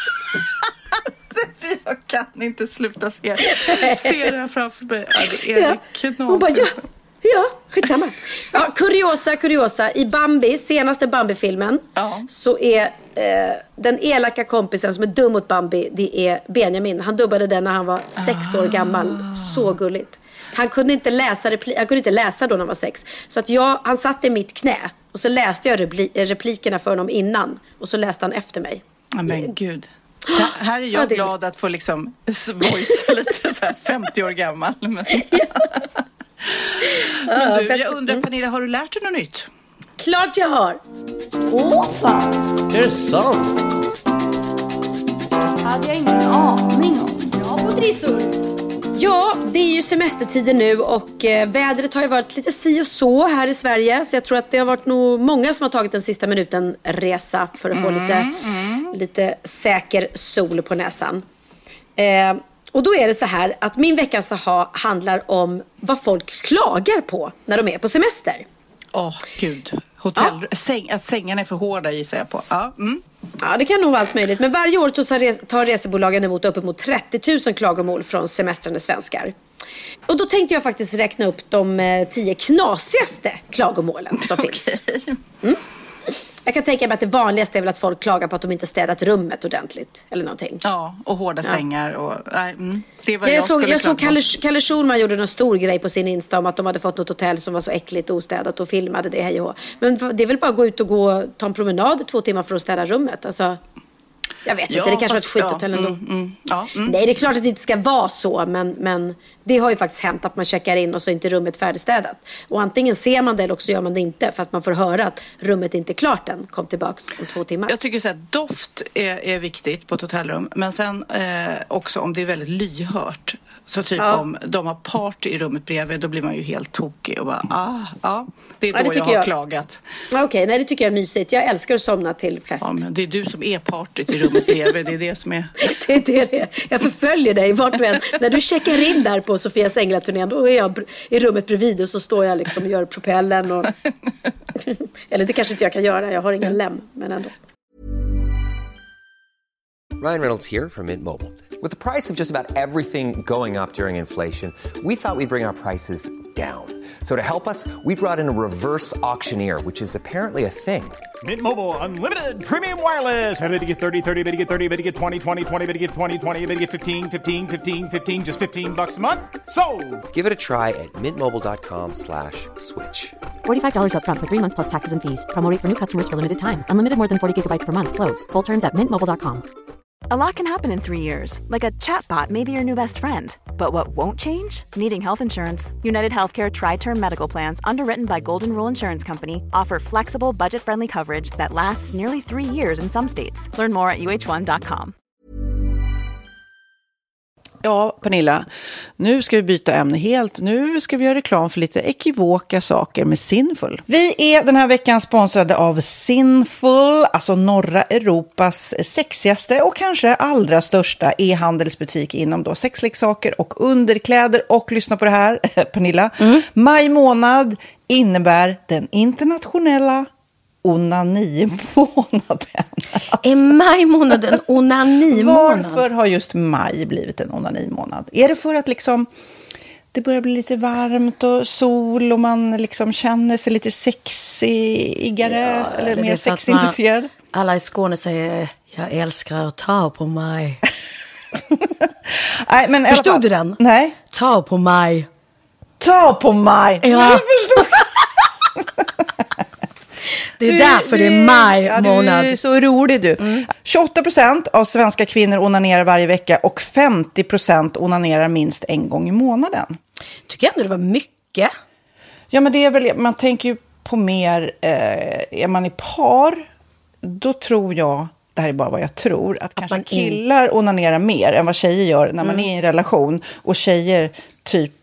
Jag kan inte sluta se, se det här framför mig. Ja, det är ja. knasigt. Hon bara, ja, ja, skitsamma. Ja, kuriosa, kuriosa. I Bambi, senaste Bambi-filmen, ja. så är eh, den elaka kompisen som är dum mot Bambi, det är Benjamin. Han dubbade den när han var sex ah. år gammal. Så gulligt. Han kunde inte läsa repli- han kunde inte läsa då när han var sex. Så att jag, han satt i mitt knä och så läste jag repli- replikerna för honom innan och så läste han efter mig. Ja, men gud. Det, här är jag ja, det... glad att få liksom voice lite så här femtio år gammal. Men, men du, jag undrar Pernilla, har du lärt dig något nytt? Klart jag har. Åh fan. Är det sant? Hade jag ingen aning om. Bra på trissor. Ja, det är ju semestertider nu och eh, vädret har ju varit lite si och så här i Sverige. Så jag tror att det har varit nog många som har tagit den sista minuten resa för att få mm, lite, mm. lite säker sol på näsan. Eh, och då är det så här att min veckans aha handlar om vad folk klagar på när de är på semester. Åh, oh, gud. Hotell, ja. säng, att sängarna är för hårda gissar jag på. Ja, mm. ja, det kan nog vara allt möjligt. Men varje år tar resebolagen emot uppemot trettio tusen klagomål från semestrande svenskar. Och då tänkte jag faktiskt räkna upp de tio knasigaste klagomålen som finns. Mm. Jag kan tänka mig att det vanligaste är väl att folk klagar på att de inte städat rummet ordentligt. Eller någonting. Ja, och hårda ja. sängar. Och, nej, mm. Det var ja, jag, jag såg, jag såg Kalle, på. Kalle Schulman gjorde någon stor grej på sin Insta om att de hade fått något hotell som var så äckligt och ostädat och filmade det hej och hå. Men det är väl bara att gå ut och gå, ta en promenad två timmar för att städa rummet. Alltså, jag vet ja, inte, det kanske fast, var ett skithotell ja, ändå. Mm, mm, ja, mm. Nej, det är klart att det inte ska vara så, men, men det har ju faktiskt hänt att man checkar in och så är inte rummet färdigstädat. Och antingen ser man det eller också gör man det inte för att man får höra att rummet inte är klart än. Kom tillbaka om två timmar. Jag tycker så att doft är, är viktigt på ett hotellrum, men sen eh, också om det är väldigt lyhört. Så typ ja. om de har party i rummet bredvid, då blir man ju helt tokig och bara, ah, ja, det är då ja, det jag har jag. klagat. Okej, okay, nej det tycker jag är mysigt. Jag älskar att somna till fest. Ja, men det är du som är partyt i rummet bredvid, det är det som är... det är det det är. Jag förföljer dig vart du än. När du checkar in där på Sofias Änglaturnén, då är jag i rummet bredvid och så står jag liksom och gör propellen och... Eller det kanske inte jag kan göra, jag har ingen lem, men ändå. Ryan Reynolds here from Mint Mobile. With the price of just about everything going up during inflation, we thought we'd bring our prices down. So to help us, we brought in a reverse auctioneer, which is apparently a thing. Mint Mobile Unlimited Premium Wireless. How to get thirty, thirty, how to get thirty, how to get twenty, twenty, twenty, how to get twenty, twenty, how to get fifteen, fifteen, fifteen, fifteen, just fifteen bucks a month? Sold! Give it a try at mintmobile.com slash switch. forty-five dollars up front for three months plus taxes and fees. Promo rate for new customers for limited time. Unlimited more than forty gigabytes per month. Slows full terms at mint mobile dot com. A lot can happen in three years, like a chatbot may be your new best friend. But what won't change? Needing health insurance. United Healthcare Tri-Term Medical Plans, underwritten by Golden Rule Insurance Company, offer flexible, budget-friendly coverage that lasts nearly three years in some states. Learn more at u h one dot com. Ja, Pernilla, nu ska vi byta ämne helt. Nu ska vi göra reklam för lite ekivoka saker med Sinful. Vi är den här veckan sponsrade av Sinful, alltså norra Europas sexigaste och kanske allra största e-handelsbutik inom då sexleksaker och underkläder. Och lyssna på det här, Pernilla. Mm. Maj månad innebär den internationella onani-månaden. Alltså. Är maj månad en onani-månad? Varför har just maj blivit en onani-månad? Är det för att liksom det börjar bli lite varmt och sol och man liksom känner sig lite sexigare ja, eller, eller mer sexintresserad? Alla i Skåne säger jag älskar att ta på mig. Nej, men förstod fall, du den? Nej. Ta på mig. Ta på mig. Ja. Jag förstod. Det är därför det är maj månad. Ja, du är så rolig du. Mm. tjugoåtta procent av svenska kvinnor onanerar varje vecka och femtio procent onanerar minst en gång i månaden. Tycker jag ändå det var mycket. Ja, men det är väl, man tänker ju på mer, eh, är man i par, då tror jag, det här är bara vad jag tror, att, att kanske killar in... onanerar mer än vad tjejer gör när man mm. är i en relation. Och tjejer typ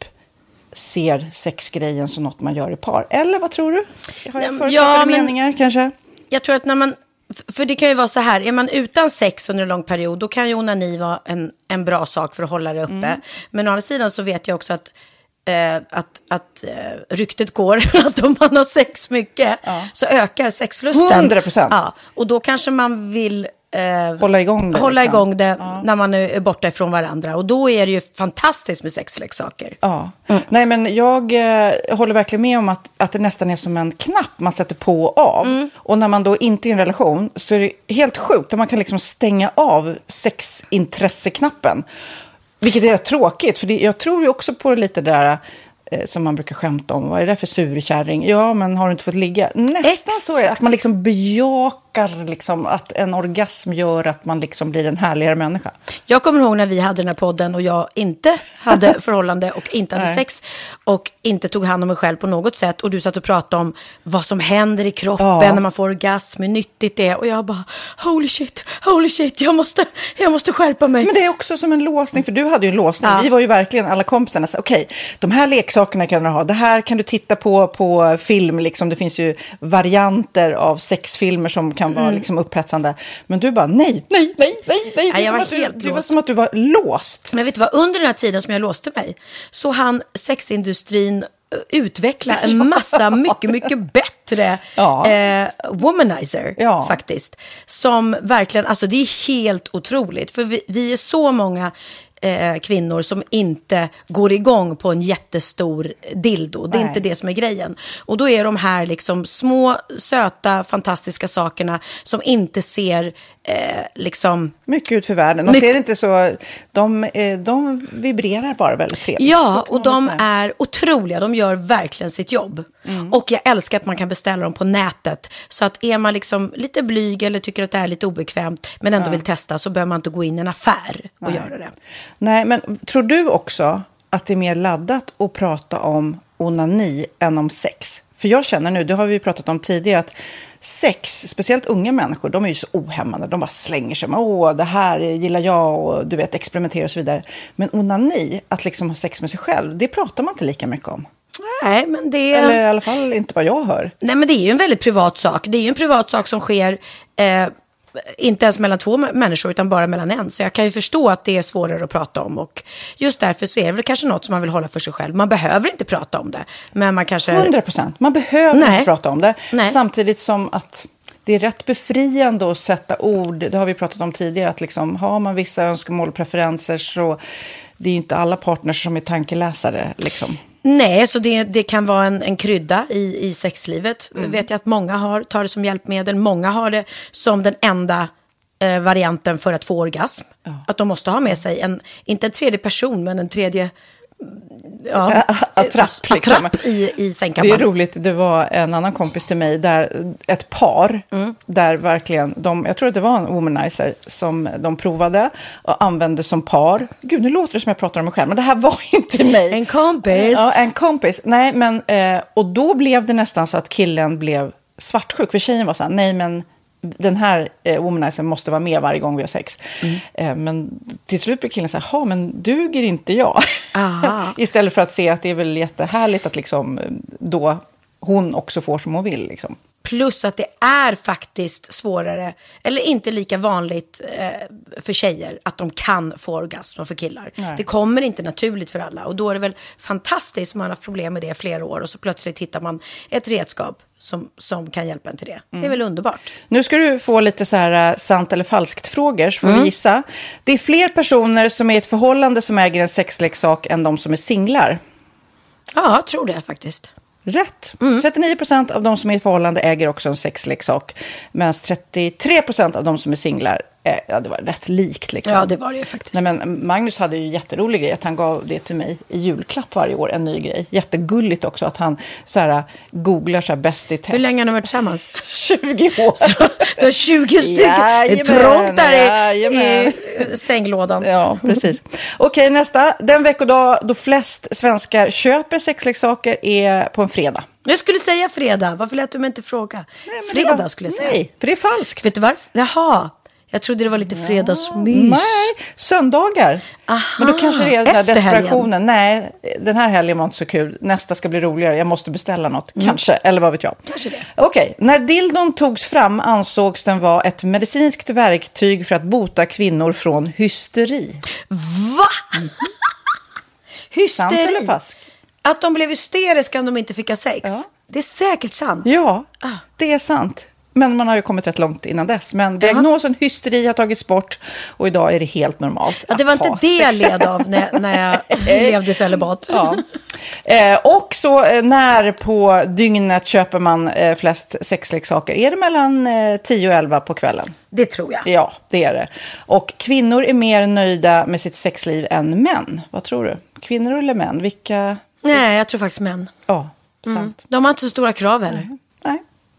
ser sexgrejen som något man gör i par. Eller vad tror du? Har jag förutsatta ja, meningar kanske? Jag tror att när man, för det kan ju vara så här, är man utan sex under en lång period, då kan ju onani vara en, en bra sak för att hålla det uppe. Mm. Men å andra sidan så vet jag också att eh, att, att eh, ryktet går att om man har sex mycket ja. så ökar sexlusten. hundra procent. Ja, och då kanske man vill Eh, hålla igång det, hålla liksom. igång det ja. när man är borta ifrån varandra. Och då är det ju fantastiskt med sexleksaker. Ja. Mm. Nej, men jag eh, håller verkligen med om att, att det nästan är som en knapp man sätter på och av. Mm. Och när man då inte är i en relation så är det helt sjukt att man kan liksom stänga av sexintresseknappen. Vilket är tråkigt, för det, jag tror ju också på lite där som man brukar skämta om. Vad är det för surkärring? Ja, men har du inte fått ligga? Nästan Exakt. Så är det. Att man liksom bejakar liksom, att en orgasm gör att man liksom blir en härligare människa. Jag kommer ihåg när vi hade den här podden och jag inte hade förhållande och inte hade sex och inte tog hand om mig själv på något sätt. Och du satt och pratade om vad som händer i kroppen ja. när man får orgasm, hur nyttigt det är. Och jag bara, holy shit, holy shit, jag måste, jag måste skärpa mig. Men det är också som en låsning, för du hade ju en låsning. Ja. Vi var ju verkligen alla kompisarna. Okej, okay, de här leksakerna kan du ha. Det här kan du titta på på film. Liksom. Det finns ju varianter av sexfilmer som kan vara mm. liksom upphetsande. Men du bara, nej, nej, nej, nej, nej. nej jag var helt du, du var som att du var låst. Men vet du vad, under den här tiden som jag låste mig så han sexindustrin utveckla en massa mycket, mycket bättre ja. eh, womanizer ja. faktiskt. Som verkligen, alltså det är helt otroligt. För vi, vi är så många eh, kvinnor som inte går igång på en jättestor dildo. Det är Nej. inte det som är grejen. Och då är de här liksom små, söta, fantastiska sakerna som inte ser eh, liksom... mycket ut för världen. De My- ser inte så... De, eh, de vibrerar bara väldigt trevligt. Ja, och de säga. är otroliga. De gör verkligen sitt jobb. Mm. Och jag älskar att man kan beställa dem på nätet. Så att är man liksom lite blyg eller tycker att det är lite obekvämt men ändå ja. vill testa, så behöver man inte gå in i en affär och Nej. göra det. Nej, men tror du också att det är mer laddat att prata om onani än om sex? För jag känner nu, det har vi pratat om tidigare, att sex, speciellt unga människor, de är ju så ohämmande. De bara slänger sig med, åh, det här gillar jag och du vet, experimentera och så vidare. Men onani, att liksom ha sex med sig själv, det pratar man inte lika mycket om. Nej, men det... Eller i alla fall inte vad jag hör. Nej, men det är ju en väldigt privat sak. Det är ju en privat sak som sker... Eh... inte ens mellan två människor utan bara mellan en. Så jag kan ju förstå att det är svårare att prata om. Och just därför så är det väl kanske något som man vill hålla för sig själv. Man behöver inte prata om det. Men man kanske... hundra procent. Man behöver Nej. inte prata om det. Nej. Samtidigt som att det är rätt befriande att sätta ord. Det har vi pratat om tidigare. Att liksom, har man vissa önskemål och preferenser så... det är ju inte alla partners som är tankeläsare liksom. Nej, så det, det kan vara en, en krydda i, i sexlivet. Mm. Vet jag att många har, tar det som hjälpmedel. Många har det som den enda eh, varianten för att få orgasm. Ja. Att de måste ha med sig, en, inte en tredje person, men en tredje... Ja, attrapp, liksom. attrapp i, i sängkammaren. Det är roligt, det var en annan kompis till mig där ett par mm. där verkligen de, jag tror att det var en womanizer som de provade och använde som par. Gud, nu låter det som jag pratar om mig själv, men det här var inte mig. En kompis. Ja, en kompis. Nej, men eh, och då blev det nästan så att killen blev svartsjuk, för tjejen var så här, nej men den här eh, womanizern måste vara med varje gång vi har sex. Mm. Eh, men till slut blir killen så här, ja men duger inte jag? Istället för att se att det är väl jättehärligt att liksom då hon också får som hon vill liksom. Plus att det är faktiskt svårare, eller inte lika vanligt eh, för tjejer att de kan få orgasm för killar. Nej. Det kommer inte naturligt för alla. Och då är det väl fantastiskt om man har haft problem med det i flera år och så plötsligt hittar man ett redskap som, som kan hjälpa en till det. Mm. Det är väl underbart. Nu ska du få lite så här sant eller falskt frågor, så får mm. vi gissa. Det är fler personer som är i ett förhållande som äger en sexleksak än de som är singlar. Ja, jag tror det faktiskt. Rätt. Mm. trettionio procent av de som är i förhållande äger också en sexleksak. Medan trettiotre procent av de som är singlar, äh, ja det var rätt likt liksom. Ja, det var det ju faktiskt. Nej, men Magnus hade ju jätterolig grej att han gav det till mig i julklapp varje år, en ny grej. Jättegulligt också att han så här, googlar så här bäst i test. Hur länge har de varit tillsammans? tjugo år. Så, du har tjugo stycken. Det är trångt där i, i sänglådan. Ja, precis. Okej, nästa. Den veckodag då flest svenskar köper sexleksaker är på en fredag. Jag skulle säga fredag. Varför lät du mig inte fråga? Nej, fredag var, skulle jag säga. Nej, för det är falskt. Vet du varför? Jaha. Jag trodde det var lite fredagsmys. Nej, söndagar. Aha, men då kanske det är den där desperationen. Helgen. Nej, den här helgen var inte så kul. Nästa ska bli roligare. Jag måste beställa något. Mm. Kanske, eller vad vet jag. Kanske det. Okej, när dildon togs fram ansågs den vara ett medicinskt verktyg för att bota kvinnor från hysteri. Va? Mm. Hysteri? Sant eller falskt? Att de blev hysteriska om de inte fick ha sex. Ja. Det är säkert sant. Ja, ah. det är sant. Men man har ju kommit rätt långt innan dess. Men diagnosen hysteri har tagits bort och idag är det helt normalt. Ja, det var inte det jag led av när, när jag levde celibat. Ja. Eh, och så eh, när på dygnet köper man eh, flest sexleksaker? Är det mellan eh, tio och elva på kvällen? Det tror jag. Ja, det är det. Och kvinnor är mer nöjda med sitt sexliv än män. Vad tror du? Kvinnor eller män? Vilka? Nej, jag tror faktiskt män. Ja, sant. Mm. De har inte så stora krav eller? Nej. Nej.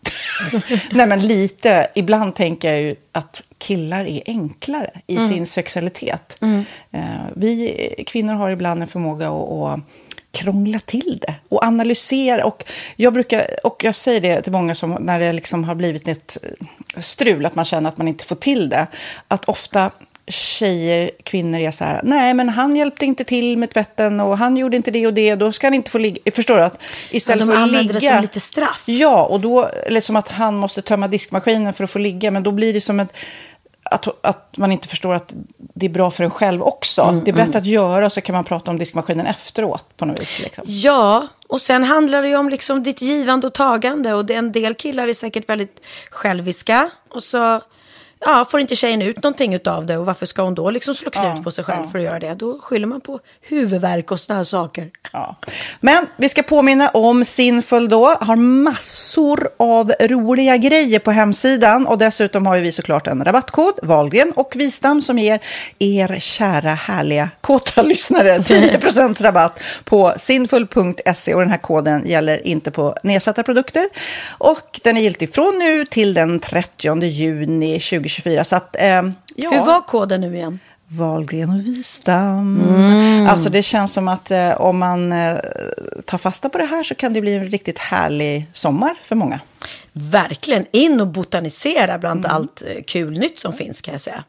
Nej, men lite. Ibland tänker jag ju att killar är enklare i mm. sin sexualitet. Mm. Uh, vi kvinnor har ibland en förmåga att, att krångla till det och analysera. Och jag brukar, och jag säger det till många som när det liksom har blivit ett strul, att man känner att man inte får till det. Att ofta tjejer, kvinnor är så här, nej men han hjälpte inte till med tvätten och han gjorde inte det och det, då ska han inte få ligga. Förstår du? Att istället ja, de för att ligga, det som lite straff. Ja, och då eller som att han måste tömma diskmaskinen för att få ligga, men då blir det som ett att, att man inte förstår att det är bra för en själv också. Mm, det är bättre mm. att göra, och så kan man prata om diskmaskinen efteråt på något vis. Liksom. Ja, och sen handlar det ju om liksom ditt givande och tagande, och det, en del killar är säkert väldigt själviska, och så ja, får inte tjejen ut någonting utav det, och varför ska hon då liksom slå knut ja, på sig själv ja. för att göra det? Då skyller man på huvudvärk och såna här saker. Ja. Men vi ska påminna om Sinful då, har massor av roliga grejer på hemsidan, och dessutom har vi såklart en rabattkod, Wahlgren och Wistam, som ger er kära härliga kåta lyssnare tio procent rabatt på sinful punkt se, och den här koden gäller inte på nedsatta produkter, och den är giltig från nu till den trettionde juni tjugohundratjugofyra. Så att, eh, ja. Hur var koden nu igen? Wahlgren och Wistam. Mm. Alltså det känns som att eh, om man eh, tar fasta på det här så kan det bli en riktigt härlig sommar för många. Verkligen, in och botanisera bland mm. allt eh, kul nytt som finns, kan jag säga.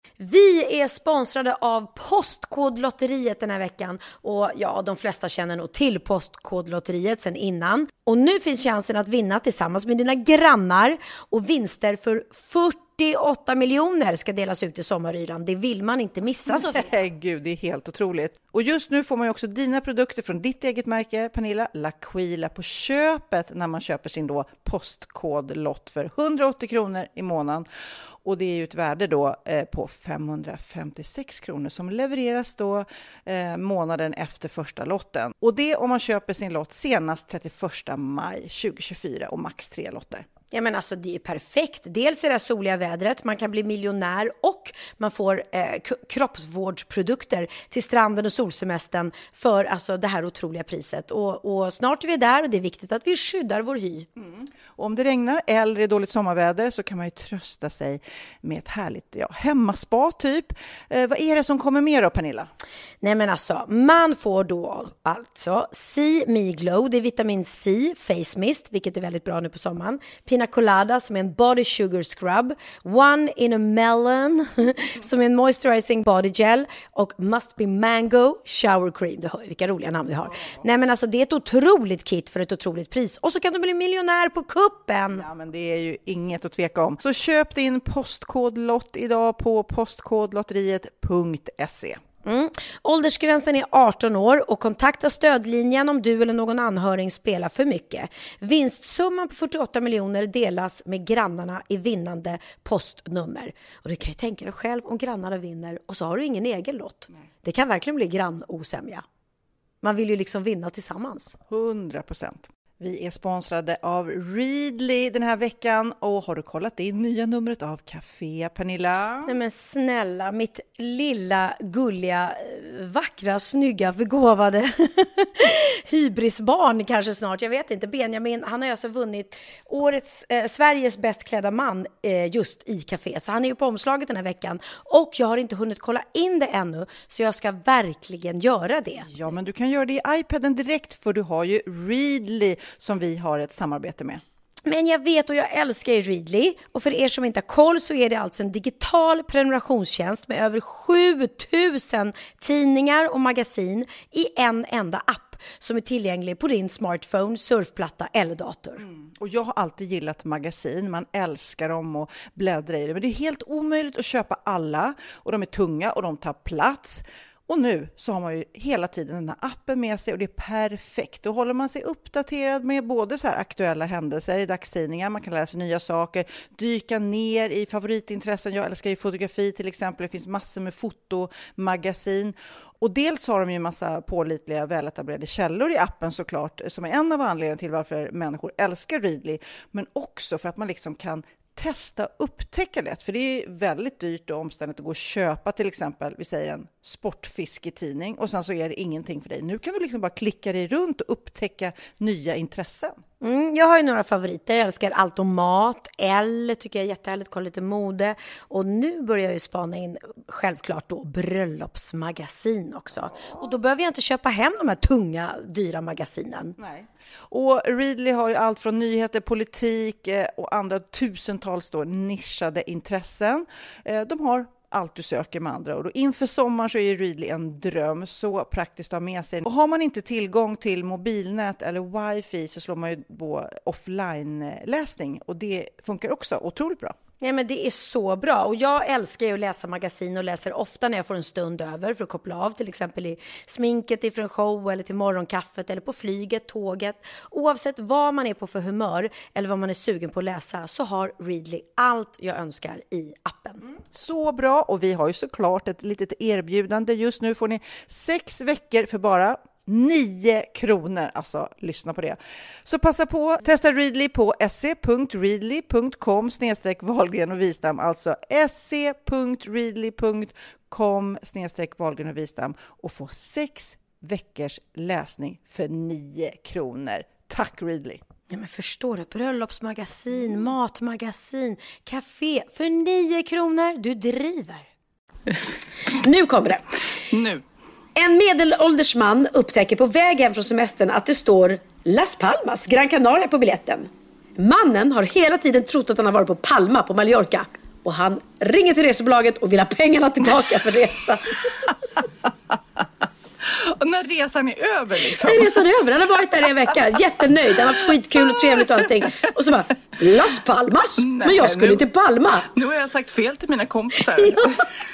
Vi är sponsrade av Postkodlotteriet den här veckan, och ja, de flesta känner nog till Postkodlotteriet sedan innan. Och nu finns chansen att vinna tillsammans med dina grannar, och vinster för fyrtio fyrtioåtta miljoner ska delas ut i sommaryran. Det vill man inte missa, Sofia. Nej, gud, det är helt otroligt. Och just nu får man ju också dina produkter från ditt eget märke, Pernilla, L'Aquila, på köpet när man köper sin då postkodlott för hundraåttio kronor i månaden. Och det är ju ett värde då eh, på femhundrafemtiosex kronor som levereras då eh, månaden efter första lotten. Och det om man köper sin lott senast trettioförsta maj tjugohundratjugofyra och max tre lotter. Ja, men alltså det är perfekt. Dels är det såliga vädret, man kan bli miljonär och man får eh, k- kroppsvårdsprodukter till stranden och solsemestern för alltså det här otroliga priset. Och, och snart är vi där och det är viktigt att vi skyddar vår hy. Mm. Och om det regnar eller är dåligt sommarväder så kan man ju trösta sig med ett härligt ja, hemmaspa typ. Eh, vad är det som kommer mer då, Pernilla? Nej men alltså, man får då alltså See Me Glow, det är vitamin C, face mist, vilket är väldigt bra nu på sommaren. Pina Colada som är en body sugar scrub, One in a Melon som är en moisturizing body gel och Must Be Mango shower cream. Du hör ju vilka roliga namn vi har. Nej men alltså det är ett otroligt kit för ett otroligt pris och så kan du bli miljonär på kuppen. Ja men det är ju inget att tveka om. Så köp din postkodlott idag på postkodlotteriet punkt se. Mm. Åldersgränsen är arton år och kontakta stödlinjen om du eller någon anhörig spelar för mycket. Vinstsumman på fyrtioåtta miljoner delas med grannarna i vinnande postnummer. Och du kan ju tänka dig själv om grannarna vinner och så har du ingen egen lott. Nej. Det kan verkligen bli grannosämja. Man vill ju liksom vinna tillsammans. hundra procent. Vi är sponsrade av Readly den här veckan och har du kollat det nya numret av Café, Pernilla? Nej men snälla, mitt lilla, gulliga, vackra, snygga, begåvade hybrisbarn kanske snart, jag vet inte. Benjamin, han har alltså vunnit årets, eh, Sveriges bäst klädda man eh, just i Café. Så han är ju på omslaget den här veckan och jag har inte hunnit kolla in det ännu så jag ska verkligen göra det. Ja men du kan göra det i iPaden direkt för du har ju Readly som vi har ett samarbete med. Men jag vet och jag älskar ju Readly och för er som inte har koll så är det alltså en digital prenumerationstjänst med över sjutusen tidningar och magasin i en enda app som är tillgänglig på din smartphone, surfplatta eller dator. Mm. Och jag har alltid gillat magasin, man älskar dem och bläddra i det men det är helt omöjligt att köpa alla och de är tunga och de tar plats. Och nu så har man ju hela tiden den här appen med sig och det är perfekt. Då håller man sig uppdaterad med både så här aktuella händelser i dagstidningar. Man kan läsa nya saker, dyka ner i favoritintressen. Jag älskar ju fotografi till exempel. Det finns massor med fotomagasin. Och dels har de ju en massa pålitliga, väletablerade källor i appen såklart. Som är en av anledningarna till varför människor älskar Readly. Men också för att man liksom kan testa upptäcka lätt, för det är väldigt dyrt och omständigt att gå och köpa till exempel, vi säger en sportfisketidning och sen så är det ingenting för dig. Nu kan du liksom bara klicka dig runt och upptäcka nya intressen. Mm, jag har ju några favoriter. Jag älskar allt om mat. L tycker jag är jättehärligt. Kolla lite mode. Och nu börjar jag ju spana in självklart då bröllopsmagasin också. Och då behöver jag inte köpa hem de här tunga, dyra magasinen. Nej. Och Readly har ju allt från nyheter, politik och andra tusentals då nischade intressen. De har allt du söker med andra ord. Och inför sommar så är Readly en dröm, så praktiskt att ha med sig. Och har man inte tillgång till mobilnät eller wifi så slår man ju på offline-läsning och det funkar också otroligt bra. Ja, men det är så bra och jag älskar ju att läsa magasin och läser ofta när jag får en stund över för att koppla av, till exempel i sminket inför en show eller till morgonkaffet eller på flyget, tåget. Oavsett vad man är på för humör eller vad man är sugen på att läsa så har Readly allt jag önskar i appen. Mm. Så bra, och vi har ju såklart ett litet erbjudande. Just nu får ni sex veckor för bara nio kronor, alltså lyssna på det. Så passa på, testa Readly på se punkt readly punkt com snedstreck Wahlgren och Wistam, alltså se punkt readly punkt com snedstreck Wahlgren och Wistam och få sex veckors läsning för nio kronor. Tack Readly! Ja, men förstår du, bröllopsmagasin, matmagasin, café för nio kronor, du driver. Nu kommer det. Nu. En medelålders man upptäcker på väg hem från semestern att det står Las Palmas, Gran Canaria på biljetten. Mannen har hela tiden trott att han har varit på Palma på Mallorca. Och han ringer till resebolaget och vill ha pengarna tillbaka för resan. Och när resan är över liksom. När resan är över, han har varit där i en vecka. Jättenöjd, han har haft skitkul och trevligt och allting. Och så bara, Las Palmas? Nej, men jag skulle nu, till Palma. Nu har jag sagt fel till mina kompisar. Ja.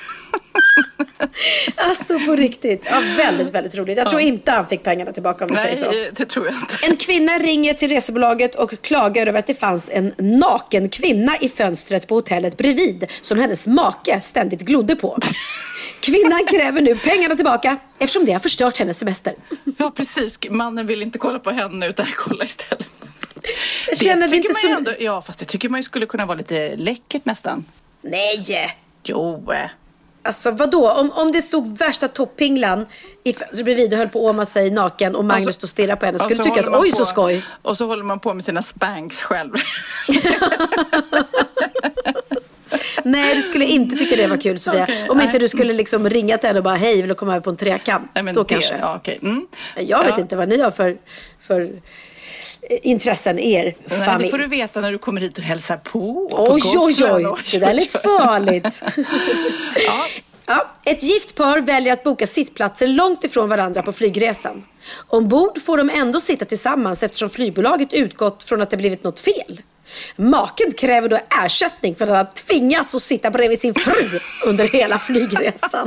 Alltså på riktigt. Ja, väldigt, väldigt roligt. Jag tror ja. inte han fick pengarna tillbaka om du Nej, säger så. det tror jag inte. En kvinna ringer till resebolaget och klagar över att det fanns en naken kvinna i fönstret på hotellet bredvid som hennes make ständigt glodde på. Kvinnan kräver nu pengarna tillbaka eftersom det har förstört hennes semester. Ja, precis. Mannen vill inte kolla på henne utan kolla istället. Jag känner det inte som... ändå, ja, fast det tycker man ju skulle kunna vara lite läckert nästan. Nej! Jo. Alltså vadå? Om, om det stod värsta toppinglan i fönstret bredvid och höll på att åma sig naken och Magnus stod och stirrade på henne, skulle du tycka att oj på, så skoj? Och så håller man på med sina spanks själv. Nej, du skulle inte tycka det var kul, Sofia. Okay, om nej. inte du skulle liksom ringa till henne och bara hej, vill du komma över på en trekant? Nej, men då det, kanske. Ja, okay. mm. Jag vet ja. inte vad ni har för, för intressen, er familj. Nej, det får du veta när du kommer hit och hälsar på. Och oj, på oj, oj, oj. Det där är lite farligt. ja. Ja, ett gift par väljer att boka sittplatser långt ifrån varandra på flygresan. Ombord får de ändå sitta tillsammans eftersom flygbolaget utgått från att det blivit något fel. Maken kräver då ersättning för att han har tvingats att sitta bredvid sin fru under hela flygresan.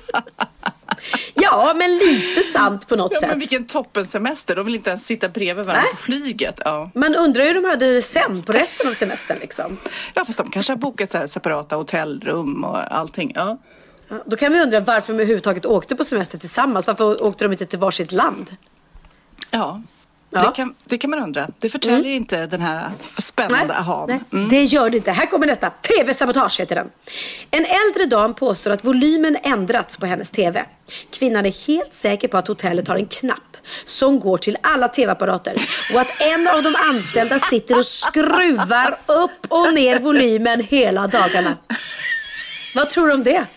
Ja, men lite sant på något ja, sätt. Men vilken toppensemester. De vill inte ens sitta bredvid varandra på flyget. Ja. Man undrar hur de hade det sen på resten av semestern liksom. Ja, fast de kanske har bokat så här separata hotellrum och allting. Ja. Ja, då kan vi undra varför de överhuvudtaget åkte på semester tillsammans. Varför åkte de inte till varsitt land? Ja. Ja. Det, kan, det kan man undra. Det förtäljer mm. inte den här spännande ahan. Mm. Det gör det inte. Här kommer nästa. T V-sabotage heter den. En äldre dam påstår att volymen ändrats på hennes T V. Kvinnan är helt säker på att hotellet har en knapp som går till alla T V-apparater. Och att en av de anställda sitter och skruvar upp och ner volymen hela dagarna. Vad tror du om det?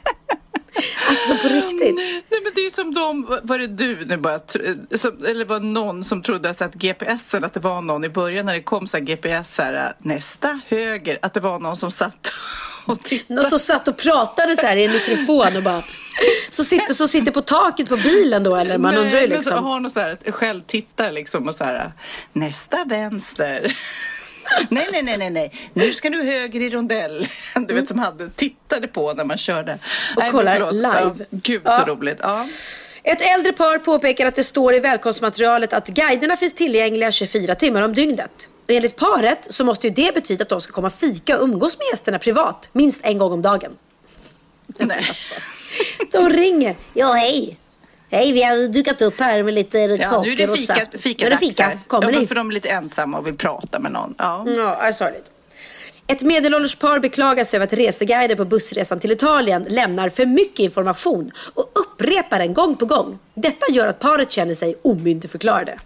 Alltså på riktigt. Nej, men det är som de, var det du nu bara, som, eller var någon som trodde att G P S-en, att det var någon i början när det kom så här G P S här, nästa höger, att det var någon som satt och tittade. Någon som satt och pratade så här i en mikrofon och bara så sitter, så sitter på taket på bilen då, eller man Nej, undrar ju liksom. Men så har någon så här själv tittar liksom och så här, nästa vänster. Nej, nej, nej, nej, nej. Nu ska du höger i rondell. Du vet som hade tittade på när man körde. Och nej, kollar live. Ja, gud, ja. så roligt. Ja. Ett äldre par påpekar att det står i välkomstmaterialet att guiderna finns tillgängliga tjugofyra timmar om dygnet. Och enligt paret så måste ju det betyda att de ska komma fika och umgås med gästerna privat minst en gång om dagen. Nej. De ringer. Ja, hej. Hej, vi har dukat upp här med lite ja, kakor nu är det och fika, saft. Fika, nu är det fika. Kommer ja, ni? För de är lite ensamma och vill prata med någon. Ja, ja sorgligt. Ett medelålders par beklagar sig över att reseguider på bussresan till Italien lämnar för mycket information och upprepar den gång på gång. Detta gör att paret känner sig omyndigförklarade.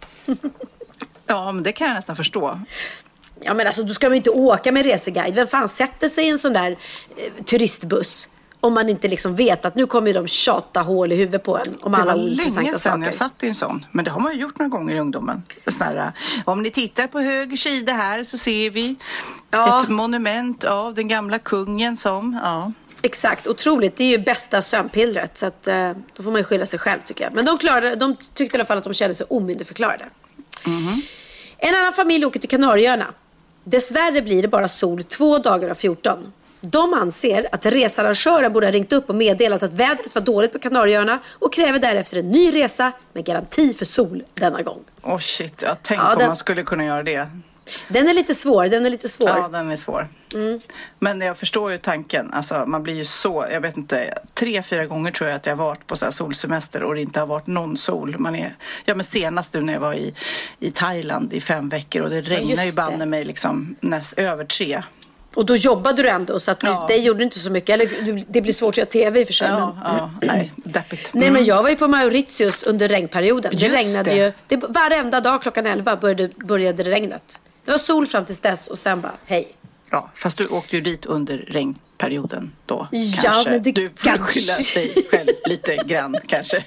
Ja, men det kan jag nästan förstå. Ja, men alltså, då ska man inte åka med reseguide. Vem fan sätter sig i en sån där eh, turistbuss? Om man inte liksom vet att nu kommer de tjata hål i huvudet på en om alla intressanta saker. Det var länge sedan jag satt i en sån. Men det har man ju gjort några gånger i ungdomen. Snarare. Om ni tittar på höger sida här så ser vi ja. ett monument av den gamla kungen som... Ja. Exakt, otroligt. Det är ju bästa sömnpillret. Så att, eh, då får man ju skylla sig själv tycker jag. Men de, klarade, de tyckte i alla fall att de kände sig omyndigförklarade. Mm-hmm. En annan familj åker till Kanarieöarna. Dessvärre blir det bara sol två dagar av fjorton. De anser att researrangören borde ha ringt upp och meddelat att vädret var dåligt på Kanarieöarna och kräver därefter en ny resa med garanti för sol denna gång. Åh oh shit, ja, tänk ja, om den, man skulle kunna göra det. Den är lite svår, den är lite svår. Ja, den är svår. Mm. Men jag förstår ju tanken. Alltså, man blir ju så, jag vet inte, tre, fyra gånger tror jag att jag har varit på så här solsemester och det inte har varit någon sol. Man är, ja, men senast nu när jag var i, i Thailand i fem veckor och det regnar ja, ju banne mig liksom näst, över tre. Och då jobbade du ändå så att ja. det gjorde inte så mycket. Eller det blir svårt att göra tv i och för sig. Ja, men... ja, nej, deppigt. Mm. Nej, men jag var ju på Mauritius under regnperioden. Just det regnade det. ju. Det, varenda dag klockan elva började, började det regnet. Det var sol fram till dess och sen bara, hej. Ja, fast du åkte ju dit under regnperioden då. Ja, kanske. men det du får kanske. skylla dig själv lite grann kanske.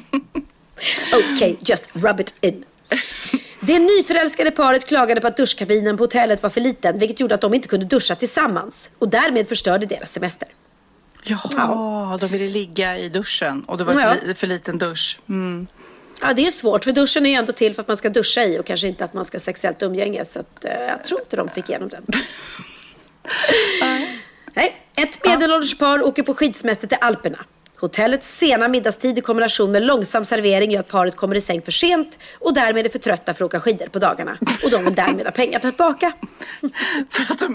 Okej, okay, just rub it in. Det nyförälskade paret klagade på att duschkabinen på hotellet var för liten, vilket gjorde att de inte kunde duscha tillsammans och därmed förstörde deras semester. Jaha, ja. De ville ligga i duschen och det var ja. för, för liten dusch. Mm. Ja, det är svårt, för duschen är ju ändå till för att man ska duscha i och kanske inte att man ska sexuellt umgänge, så att, eh, jag tror inte de fick igenom den. Nej. Ett medelålders par åker på skidsemester till Alperna. Hotellets sena middagstid i kombination med långsam servering gör att paret kommer i säng för sent och därmed är för trötta för att åka skidor på dagarna. Och de vill därmed ha pengar tillbaka. För att de...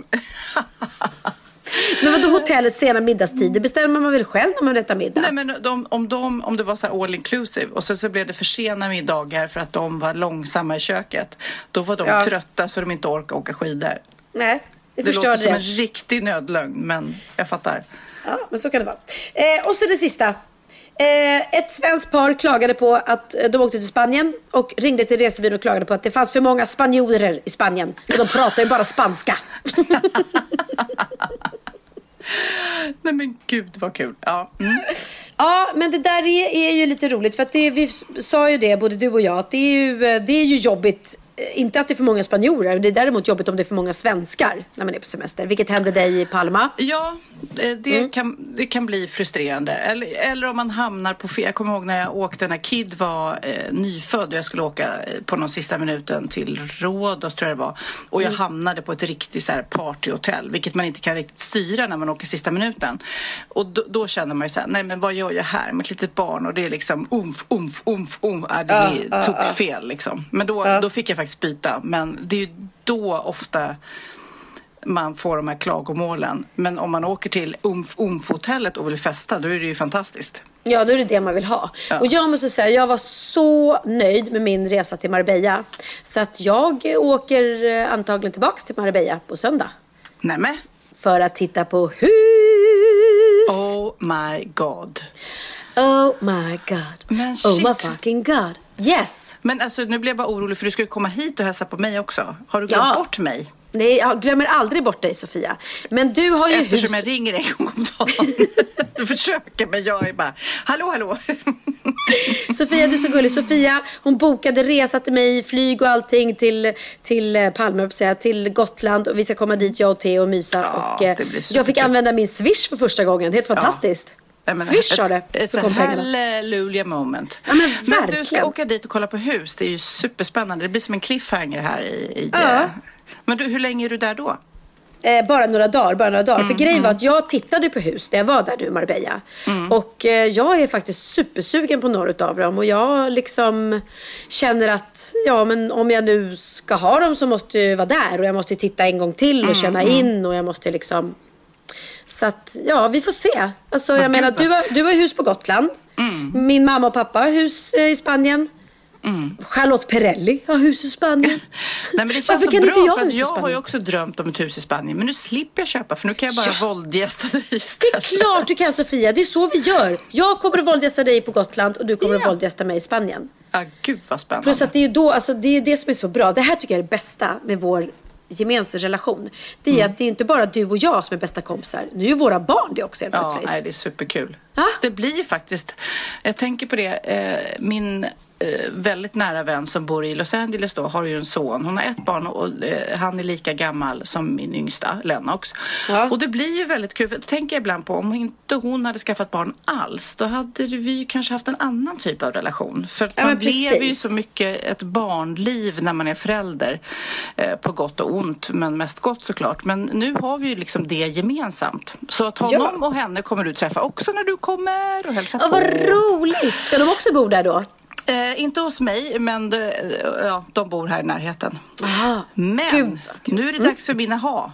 Men vadå hotellets sena middagstid? Det bestämmer man väl själv när man äter middag? Nej, men de, om, de, om det var så här all inclusive och så, så blev det för sena middagar för att de var långsamma i köket. Då var de ja. trötta så de inte orkar åka skidor. Nej, det, det låter som det. en riktig nödlögn, men jag fattar. Ja, men så kan det vara. Eh, och så det sista. Eh, ett svenskt par klagade på att de åkte till Spanien och ringde till resebyrån och klagade på att det fanns för många spanjorer i Spanien. Och de pratar ju bara spanska. Nej men gud vad kul. Ja, mm. Ja, men det där är, är ju lite roligt för att det, vi sa ju det, både du och jag, att det är ju, det är ju jobbigt. Inte att det är för många spanjorer, men det är däremot jobbigt om det är för många svenskar när man är på semester. Vilket hände dig i Palma? Ja, det, mm. kan, det kan bli frustrerande. Eller, eller om man hamnar på fel. Jag kommer ihåg när jag åkte när Kid var eh, nyfödd och jag skulle åka på någon sista minuten till Rhodos, tror jag det var. Och jag mm. hamnade på ett riktigt så här partyhotell, vilket man inte kan riktigt styra när man åker sista minuten. Och då, då känner man ju så här, nej men vad gör jag här med ett litet barn? Och det är liksom umf, umf, umf, umf. Äh, det blir uh, uh, tog uh. fel liksom. Men då, uh. då fick jag faktiskt byta, men det är ju då ofta man får de här klagomålen. Men om man åker till umf umf hotellet och vill festa, då är det ju fantastiskt. Ja, då är det det man vill ha. Ja. Och jag måste säga, jag var så nöjd med min resa till Marbella, så att jag åker antagligen tillbaks till Marbella på söndag. Nämen. För att titta på hus. Oh my god. Oh my god. Men shit. Oh my fucking god. Yes. Men alltså, nu blir jag bara orolig för du ska ju komma hit och hälsa på mig också. Har du glömt ja. bort mig? Nej, jag glömmer aldrig bort dig, Sofia. Men du har ju Eftersom hus... jag ringer en gång om dagen. Du försöker, men jag är bara, hallå, hallå. Sofia, du är så gullig. Sofia, hon bokade resa till mig, flyg och allting till, till Palma, till Gotland. Och vi ska komma dit, jag och Theo och mysa. Ja, och jag fick använda min Swish för första gången. Helt fantastiskt. Ja. Menar, Swish har det. Ett så halleluja moment. Ja, men, men du ska åka dit och kolla på hus. Det är ju superspännande. Det blir som en cliffhanger här i... i ja. Men du, hur länge är du där då? Eh, bara några dagar, bara några dagar. Mm, För grejen mm. var att jag tittade på hus när jag var där nu i Marbella. Mm. Och eh, jag är faktiskt supersugen på några utav dem. Och jag liksom känner att ja, men om jag nu ska ha dem så måste jag vara där. Och jag måste titta en gång till och mm, känna mm. in. Och jag måste liksom... Så att, ja, vi får se. Alltså, jag menar, du har, du har hus på Gotland. Mm. Min mamma och pappa har hus eh, i Spanien. Mm. Charlotte Perrelli har hus i Spanien. Nej, men det känns Varför så kan bra, inte jag, för att jag har ju också drömt om ett hus i Spanien. Men nu slipper jag köpa, för nu kan jag bara ja. våldgästa dig istället. Det är klart du kan, Sofia. Det är så vi gör. Jag kommer att våldgästa dig på Gotland och du kommer ja. att våldgästa mig i Spanien. Ja, gud vad spännande. Plus att det är ju då, alltså, det är det som är så bra. Det här tycker jag är det bästa med vår gemensam relation. Det är mm. att det är inte bara du och jag som är bästa kompisar. Nu är ju våra barn det också. Ja, nej, det är superkul. Ah? Det blir ju faktiskt, jag tänker på det, eh, min eh, väldigt nära vän som bor i Los Angeles då har ju en son. Hon har ett barn och eh, han är lika gammal som min yngsta, Lennox. Ja. Och det blir ju väldigt kul, för jag tänker ibland på om inte hon hade skaffat barn alls, då hade vi ju kanske haft en annan typ av relation. För att ja, man lever ju så mycket ett barnliv när man är förälder, eh, på gott och ont, men mest gott såklart. Men nu har vi ju liksom det gemensamt. Så att honom ja. och henne kommer du träffa också när du kommer och hälsa ja, på. Vad roligt! Ska de också bo där då? Eh, inte hos mig, men de, ja, de bor här i närheten. Aha, men Gud, nu är det dags för mina ha.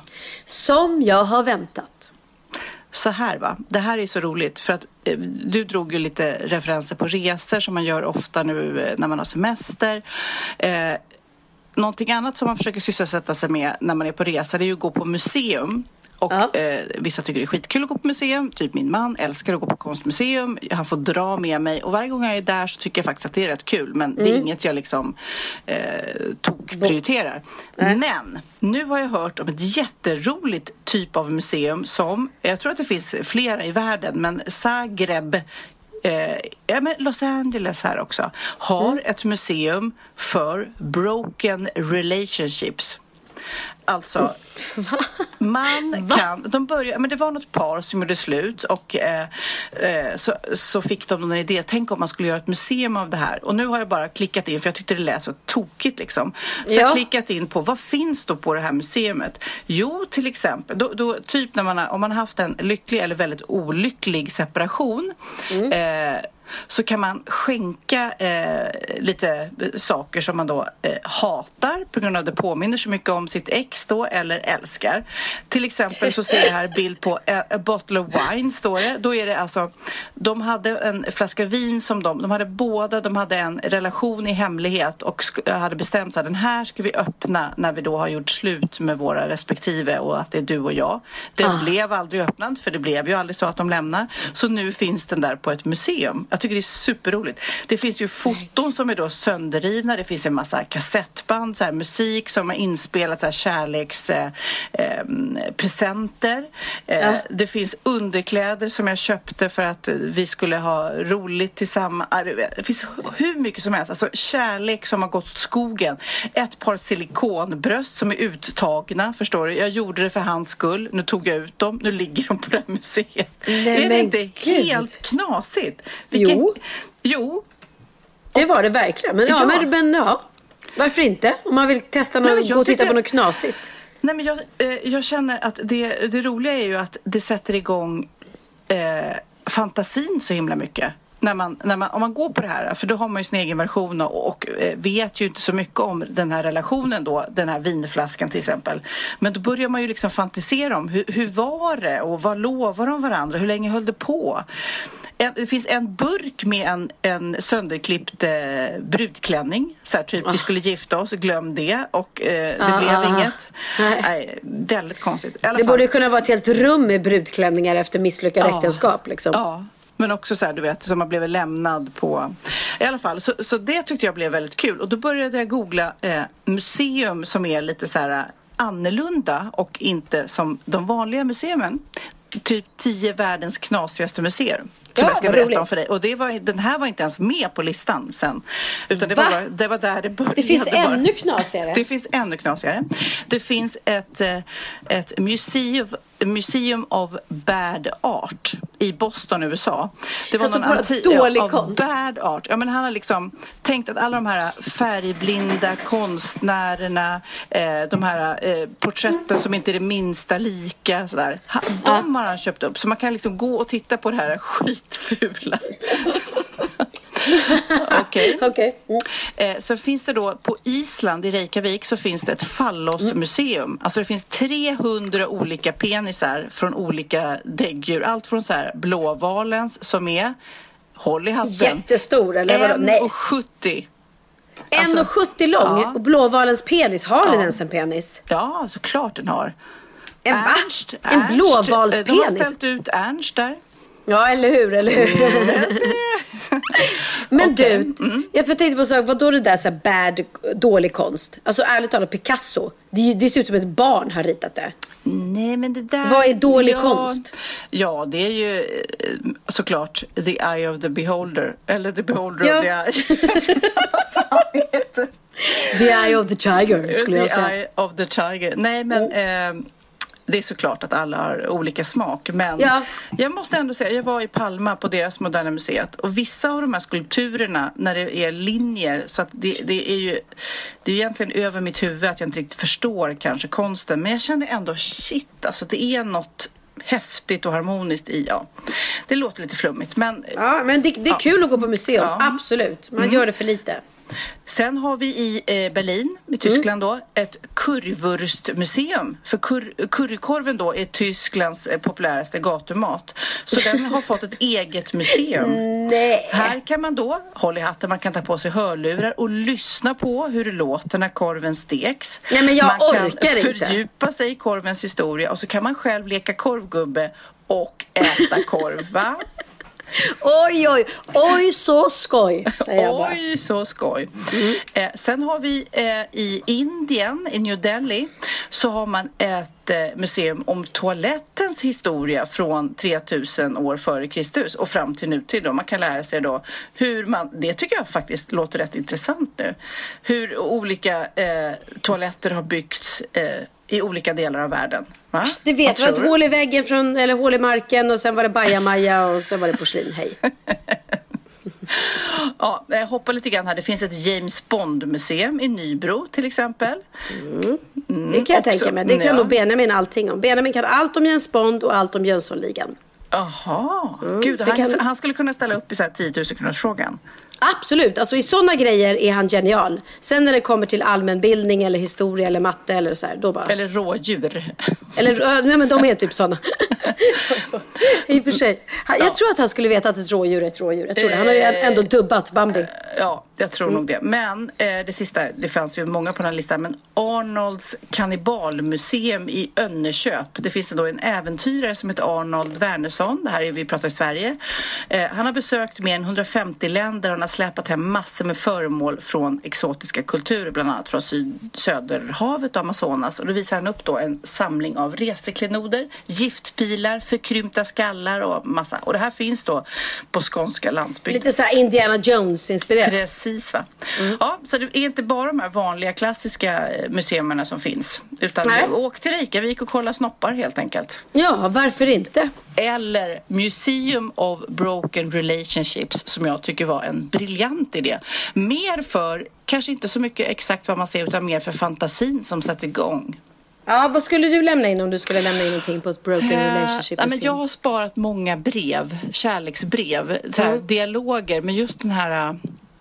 Som jag har väntat. Så här va, det här är så roligt för att eh, du drog ju lite referenser på resor som man gör ofta nu eh, när man har semester. Eh, någonting annat som man försöker sysselsätta sig med när man är på resa, det är ju att gå på museum. Och ja. eh, vissa tycker det är skitkul att gå på museum. Typ min man älskar att gå på konstmuseum. Han får dra med mig. Och varje gång jag är där så tycker jag faktiskt att det är rätt kul. Men mm. det är inget jag liksom eh, tok prioriterar. Mm. Men nu har jag hört om ett jätteroligt typ av museum som, jag tror att det finns flera i världen, men Zagreb, eh, ja, men Los Angeles här också, har mm. ett museum för broken relationships. Alltså, man Va? kan, de börjar, men det var något par som gjorde slut och eh, eh, så, så fick de någon idé, tänk om man skulle göra ett museum av det här. Och nu har jag bara klickat in, för jag tyckte det lät så tokigt liksom. Så ja. jag har klickat in på, vad finns då på det här museumet? Jo, till exempel, då, då, typ när man har, om man har haft en lycklig eller väldigt olycklig separation, mm. eh, så kan man skänka eh, lite saker som man då eh, hatar på grund av att det påminner så mycket om sitt ex då, eller älskar. Till exempel så ser jag här bild på a, a bottle of wine, står det. Då är det alltså, de hade en flaska vin som de, de hade båda, de hade en relation i hemlighet och sk- hade bestämt att den här ska vi öppna när vi då har gjort slut med våra respektive, och att det är du och jag. Den ah. blev aldrig öppnad, för det blev ju aldrig så att de lämnar. Så nu finns den där på ett museum. Jag tycker det är superroligt. Det finns ju foton som är då sönderrivna. Det finns en massa kassettband, så här, musik som har inspelat, så här, kärlekspresenter. Eh, eh, ja. Det finns underkläder som jag köpte för att vi skulle ha roligt tillsammans. Det finns hur mycket som helst. Alltså kärlek som har gått åt skogen. Ett par silikonbröst som är uttagna, förstår du? Jag gjorde det för hans skull. Nu tog jag ut dem. Nu ligger de på det här museet. Nej, är det inte Gud. helt knasigt? Vilken... Jo. Jo. Det var det verkligen. Men ja, ja. Men, men ja. Varför inte? Om man vill testa något, Nej, gå och titta tycker... på något knasigt. Nej, men jag, eh, jag känner att det, det roliga är ju att det sätter igång eh, fantasin så himla mycket. När man, när man, om man går på det här, för då har man ju sin egen version och, och eh, vet ju inte så mycket om den här relationen då, den här vinflaskan till exempel. Men då börjar man ju liksom fantisera om hur, hur var det och vad lovar de varandra, hur länge höll det på? En, det finns en burk med en, en sönderklippt eh, brudklänning. Så här, typ, oh. vi skulle gifta oss, glöm det. Och eh, det ah, blev ah, inget. Nej. Nej, väldigt konstigt. I alla det fall. Borde kunna vara ett helt rum med brudklänningar efter misslyckade ah, äktenskap. Liksom. Ja, men också så här, du vet, som man blev lämnad på. I alla fall, så, så det tyckte jag blev väldigt kul. Och då började jag googla eh, museum som är lite så här annorlunda och inte som de vanliga museumen. Typ tio världens knasigaste museer som ja, jag ska berätta roligt. om för dig. Och det var, den här var inte ens med på listan sen. Utan det, var, det var där det började. Det finns ännu knasigare. Det finns ännu knasigare. Det finns ett, ett museum, museum of Bad Art i Boston, U S A. Det var alltså någon anti- dålig ja, konst. Bad Art. Ja, men han har liksom tänkt att alla de här färgblinda konstnärerna, eh, de här eh, porträtten som inte är det minsta lika, sådär, ha, de har han köpt upp. Så man kan liksom gå och titta på det här skitfula. Okej. Okay. Okay. Mm. Eh, så finns det då på Island i Reykjavik så finns det ett fallosmuseum. Mm. Alltså det finns trehundra olika penisar från olika däggdjur. Allt från så här blåvalens som är, håll i hatten, jättestor eller vadå? Nej. en komma sjuttio. en komma sjuttio lång ja. Och blåvalens penis, har den ja. ens en penis? Ja, såklart den har. En, Ernst, en Ernst, blåvalspenis? De har ställt ut Ernst där. Ja, eller hur, eller hur? Mm, men okay. du, mm. jag tänkte på så, vad då det där så här bad, dålig konst? Alltså ärligt talat, Picasso, det, det ser ut som ett barn har ritat det. Nej, men det där... Vad är dålig ja, konst? Ja, det är ju såklart the eye of the beholder. Eller the beholder ja. of the eye. The eye of the tiger, skulle the jag säga. The eye of the tiger. Nej, men... Mm. Eh, det är såklart att alla har olika smak. Men ja. jag måste ändå säga, jag var i Palma på deras Moderna museet. Och vissa av de här skulpturerna, när det är linjer, så att det, det är ju det är egentligen över mitt huvud att jag inte riktigt förstår kanske konsten. Men jag kände ändå, shit, alltså det är något häftigt och harmoniskt i, ja. Det låter lite flummigt, men... Ja, men det, det är ja. kul att gå på museum, ja. absolut. Man mm. gör det för lite. Sen har vi i eh, Berlin, i Tyskland då, ett currywurstmuseum. För kur- currykorven då är Tysklands eh, populäraste gatumat. Så den har fått ett eget museum. Nej. Här kan man då, håll i hatten, man kan ta på sig hörlurar och lyssna på hur det låter när korven steks. Nej, men jag man orkar kan inte. fördjupa sig i korvens historia och så kan man själv leka korvgubbe och äta korv, va? Oj, oj, oj så skoj, säger jag bara. Oj, så skoj. Mm. Eh, sen har vi eh, i Indien, i New Delhi, så har man ett ett eh, museum om toalettens historia från tre tusen år före Kristus och fram till nutid. Då. Man kan lära sig då hur man, det tycker jag faktiskt låter rätt intressant nu, hur olika eh, toaletter har byggts eh, i olika delar av världen. Va? Det vet, det var ett hål i väggen från, eller hål i marken och sen var det bajamaja och sen var det porslin. Hej. Ja, jag hoppar lite grann här. Det finns ett James Bond-museum i Nybro till exempel. Mm. Mm. Det kan jag också tänka mig. Det kan ja. nog Benjamin allting om. Benjamin kan allt om James Bond och allt om Jönssonligan. Jaha, mm. Gud, han, kan... han skulle kunna ställa upp i så här tio tusen kronors frågan. Absolut, alltså i sådana grejer är han genial. Sen när det kommer till allmänbildning eller historia eller matte eller så här, då bara... Eller rådjur. Eller, nej men de är typ sådana. I och för sig. Jag ja. tror att han skulle veta att ett rådjur är ett rådjur. Jag tror det. Han har ju ändå dubbat Bambi. Ja, jag tror mm. nog det. Men eh, det sista, det fanns ju många på den här listan, men Arnolds kannibalmuseum i Önneköp. Det finns då en äventyrare som heter Arnold Wernersson. Det här är, vi pratar i Sverige. Eh, han har besökt mer än hundrafemtio länder och han har släpat hem massor med föremål från exotiska kulturer, bland annat från syd- Söderhavet och Amazonas. Och då visar han upp då en samling av reseklenoder, giftpilar, förkrympta skallar och massa. Och det här finns då på skånska landsbygden. Lite så här Indiana Jones-inspirerat. Precis, va? Mm. Ja, så det är inte bara de här vanliga klassiska museerna som finns. Utan det, åk till Reykjavik och kolla snoppar helt enkelt. Ja, varför inte? Eller Museum of Broken Relationships, som jag tycker var en briljant idé. Mer för, kanske inte så mycket exakt vad man ser, utan mer för fantasin som sätter igång. Ja, vad skulle du lämna in om du skulle lämna in någonting på ett broken uh, relationship? Ja, men jag har sparat många brev, kärleksbrev, så här, mm. dialoger, men just den här...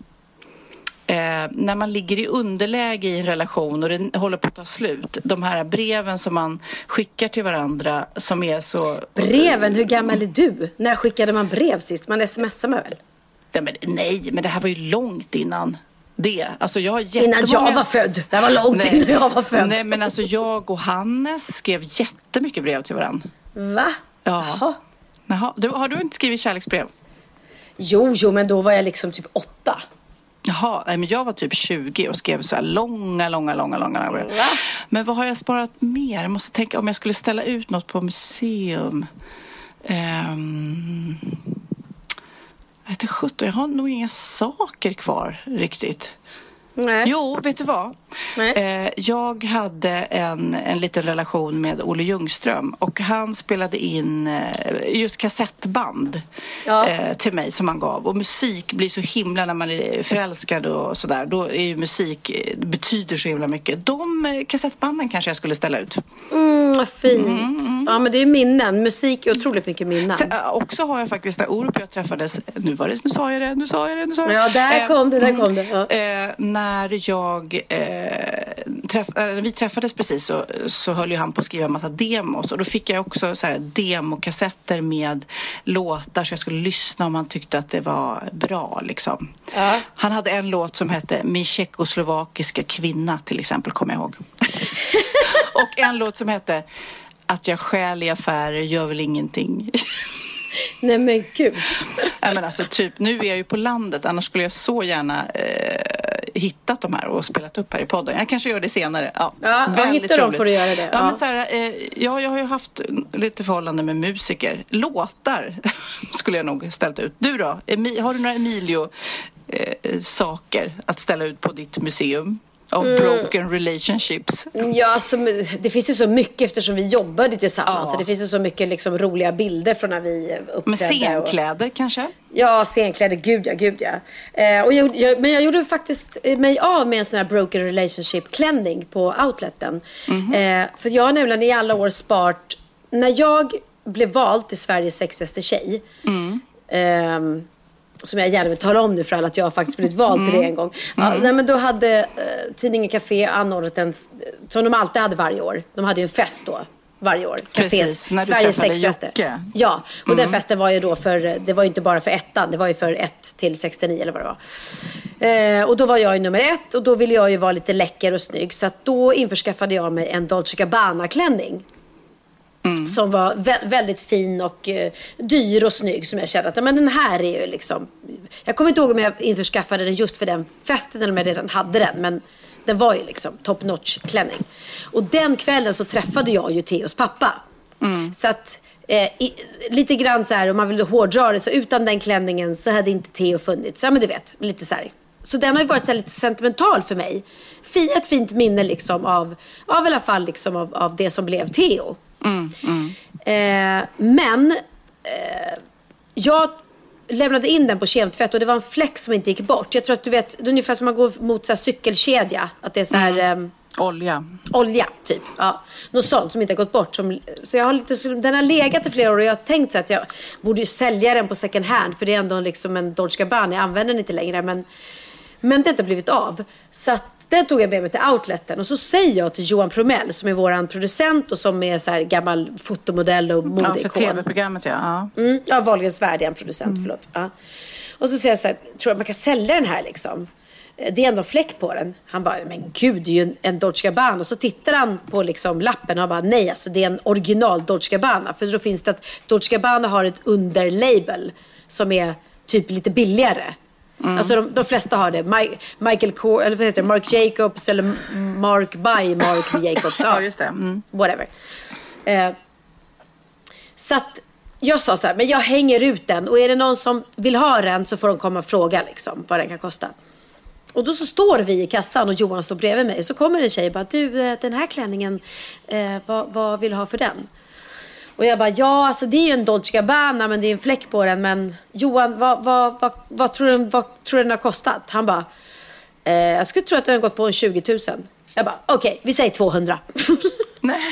Eh, när man ligger i underläge i en relation och det håller på att ta slut. De här breven som man skickar till varandra som är så... Breven? Hur gammal är du? När skickade man brev sist? Man smsar med väl? Ja, men, nej, men det här var ju långt innan det. Alltså, jag har jättemånga... Innan jag var född. Det var långt nej. innan jag var född. Nej, men alltså jag och Hannes skrev jättemycket brev till varandra. Va? Ja. Jaha. Jaha. Du, har du inte skrivit kärleksbrev? Jo, jo, men då var jag liksom typ åtta. Jaha, nej, men jag var typ tjugo och skrev så här långa, långa, långa, långa brev. Va? Men vad har jag sparat mer? Jag måste tänka om jag skulle ställa ut något på museum. Um, jag vet inte, sjutton, jag har nog inga saker kvar riktigt. Nej. Jo, vet du vad? Eh, jag hade en, en liten relation med Olle Ljungström och han spelade in eh, just kassettband ja. eh, till mig som han gav. Och musik blir så himla, när man är förälskad och sådär, då är ju musik, betyder så himla mycket. De eh, kassettbanden kanske jag skulle ställa ut. Mm, vad fint. Mm, mm. Ja, men det är minnen. Musik är otroligt mycket minnen. Sen, äh, också har jag faktiskt, när Orup och jag träffades, nu var det, nu sa jag det, nu sa jag det, nu sa jag det. Ja, där kom det, där kom det. Ja. Eh, när jag eh, träff, äh, vi träffades precis så, så höll ju han på att skriva en massa demos och då fick jag också så här demokassetter med låtar så jag skulle lyssna om han tyckte att det var bra liksom. Ja. Han hade en låt som hette Min tjeckoslovakiska kvinna till exempel, kommer jag ihåg. Och en låt som hette Att jag stjäl i affärer gör väl ingenting. Nej men gud. Ja, men alltså typ, nu är jag ju på landet, annars skulle jag så gärna eh, hittat de här och spelat upp här i podden. Jag kanske gör det senare. Ja, ja vad hittar de för att göra det? Ja, ja. Men så här, eh, ja, jag har ju haft lite förhållande med musiker. Låtar skulle jag nog ställt ut. Du då? Emi- har du några Emilio eh, saker att ställa ut på ditt museum? Of broken mm. relationships. Ja, alltså, det finns ju så mycket eftersom vi jobbade tillsammans. Ja. Så det finns ju så mycket liksom, roliga bilder från när vi uppträdde. Men scenkläder och... kanske? Ja, scenkläder. Gud ja, gud ja. Eh, och jag, jag, men jag gjorde faktiskt mig av med en sån här broken relationship-klänning på outleten. Mm-hmm. Eh, för jag har nämligen i alla år sparat... När jag blev vald till Sveriges sexigaste tjej... Mm. Eh, som jag gärna vill tala om nu för alla att jag har faktiskt blivit vald till det en gång. Ja, mm. nej, men då hade eh, tidningen Café anordnat en, som de alltid hade varje år. De hade ju en fest då varje år. Precis, när du Sveriges sexigaste. Jocke. Ja, och mm. den festen var ju då för, det var ju inte bara för ettan, det var ju för ett till sextionio eller vad det var. Eh, och då var jag ju nummer ett och då ville jag ju vara lite läcker och snygg. Så att då införskaffade jag mig en Dolce Gabbana-klänning. Mm. Som var vä- väldigt fin och eh, dyr och snygg, som jag kände att men den här är ju liksom, jag kommer inte ihåg om jag införskaffade den just för den festen eller om jag redan hade den, men Den var ju liksom top notch klänning. Och den kvällen så träffade jag ju Theos pappa. Mm. Så att eh, i, lite grann så här, om man vill hårdra det, så utan den klänningen så hade inte Theo funnits. Ja men du vet, lite så här. Så den har ju varit så här lite sentimental för mig. Ett fint minne liksom av, av i alla fall liksom av, av det som blev Theo. Mm, mm. Eh, men eh, jag lämnade in den på kemtvätt och det var en fläck som inte gick bort. Jag tror att du vet, det är ungefär som man går mot så här cykelkedja. Att det är så här... Mm. Eh, Olja. Olja, typ. Ja. Något sånt som inte har gått bort. Som, så jag har lite, den har legat i flera år och jag har tänkt så att jag borde ju sälja den på second hand. För det är ändå liksom en Dolce Gabbana. Jag använder den inte längre. Men, men det har inte blivit av. Så att den tog jag med mig till outleten. Och så säger jag till Johan Promell, som är våran producent och som är så här gammal fotomodell och modeikon. Ja, för tv-programmet, ja. Mm, ja, Wahlgrens värld är en producent, mm. förlåt. Ja. Och så säger jag så här, tror att man kan sälja den här liksom? Det är ändå fläck på den. Han bara, men gud, det är ju en, en Dolce Gabbana. Och så tittar han på liksom lappen och han bara, nej, alltså det är en original Dolce Gabbana. För då finns det att Dolce Gabbana har ett underlabel som är typ lite billigare. Mm. Alltså de, de flesta har det. My, Michael Kors, eller vad heter det? Marc Jacobs eller Marc by Marc Jacobs. Ja, ja, just det. Mm. Whatever. Eh, så att jag sa så här, men jag hänger ut den. Och är det någon som vill ha den så får de komma och fråga liksom, vad den kan kosta. Och då så står vi i kassan och Johan står bredvid mig. Så kommer en tjej och bara, du, den här klänningen, eh, vad, vad vill du ha för den? Och jag bara, ja, alltså det är ju en Dolce Gabbana, men det är en fläck på den. Men Johan, vad, vad, vad, vad, tror, du, vad tror du den har kostat? Han bara, eh, jag skulle tro att den har gått på en tjugo tusen. Jag bara, okej, okay, vi säger tvåhundra. Nej.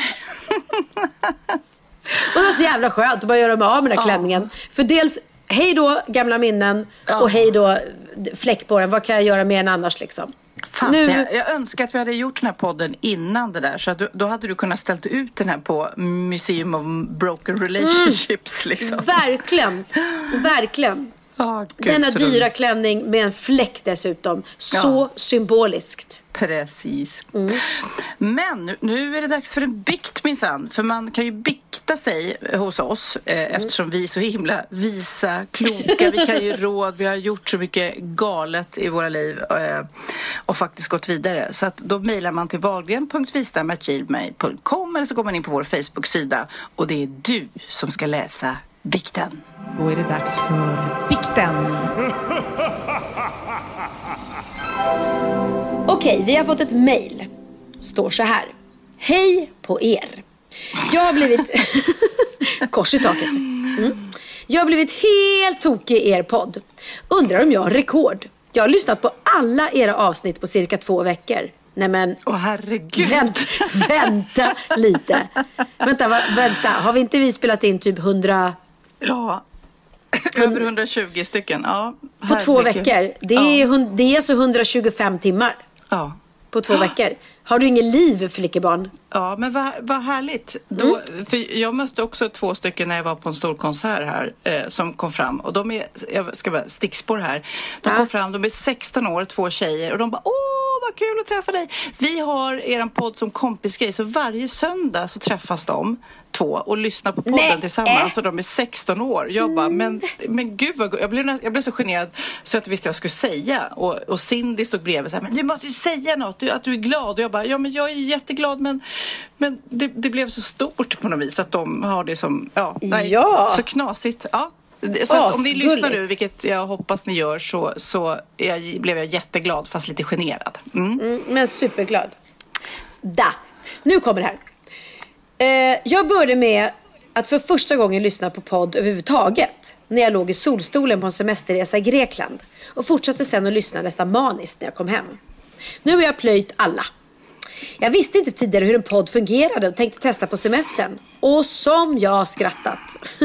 Och det var så jävla skönt att bara göra mig av med den här klänningen. För dels, hej då gamla minnen, ja. Och hej då fläck på den. Vad kan jag göra mer än annars liksom? Fan, nu... jag, jag önskar att vi hade gjort den här podden innan det där. Så att du, då hade du kunnat ställt ut den här på Museum of Broken Relationships. Mm. Liksom. Verkligen, verkligen. Oh, Gud, denna dyra roligt. Klänning med en fläck dessutom. Så ja. Symboliskt. Precis. Mm. Men nu, nu är det dags för en bikt minsann. För man kan ju bikta sig hos oss eh, mm. eftersom vi är så himla visa, kloka. Vi kan ge råd. Vi har gjort så mycket galet i våra liv eh, och faktiskt gått vidare. Så att då mejlar man till wahlgren punkt wistam at gmail punkt com eller så går man in på vår Facebook-sida och det är du som ska läsa bikten. Då är det dags för bikten. Okej, vi har fått ett mejl. Står så här. Hej på er. Jag har blivit... Kors i taket. Mm. Jag har blivit helt tokig i er podd. Undrar om jag har rekord. Jag har lyssnat på alla era avsnitt på cirka två veckor. Nej men... Åh herregud. Vänt, vänta lite. Vänta, va, vänta. Har vi inte vi spelat in typ hundra... Ja. Över hundratjugo stycken. Ja, på två veckor. Det är, ja. det är alltså hundratjugofem timmar. Ja. På två veckor. Har du ingen liv, flickebarn? Ja, men vad, vad härligt. Då, mm. För jag mötte också två stycken när jag var på en stor konsert här eh, som kom fram. Och de är, jag ska bara stickspår här. De ja. kom fram, de är sexton år, två tjejer. Och de bara, åh vad kul att träffa dig. Vi har eran podd som kompisgrej. Så varje söndag så träffas de två och lyssnar på podden Nej. tillsammans. Och de är sexton år. Jag bara, men, men gud vad jag blev, jag blev så generad så att jag visste vad jag skulle säga. Och, och Cindy stod bredvid så här, men du måste ju säga något, du, att du är glad. Och jag bara, ja men jag är jätteglad men, men det, det blev så stort på något vis att de har det som, ja, nej, ja. så knasigt. Ja. Så att om ni lyssnar nu, vilket jag hoppas ni gör, så, så jag, blev jag jätteglad fast lite generad. Mm. Mm, men superglad. Da. Nu kommer det här. Eh, jag började med att för första gången lyssna på podd överhuvudtaget när jag låg i solstolen på en semesterresa i Grekland och fortsatte sen att lyssna nästan maniskt när jag kom hem. Nu har jag plöjt alla. Jag visste inte tidigare hur en podd fungerade och tänkte testa på semestern. Och som jag har skrattat.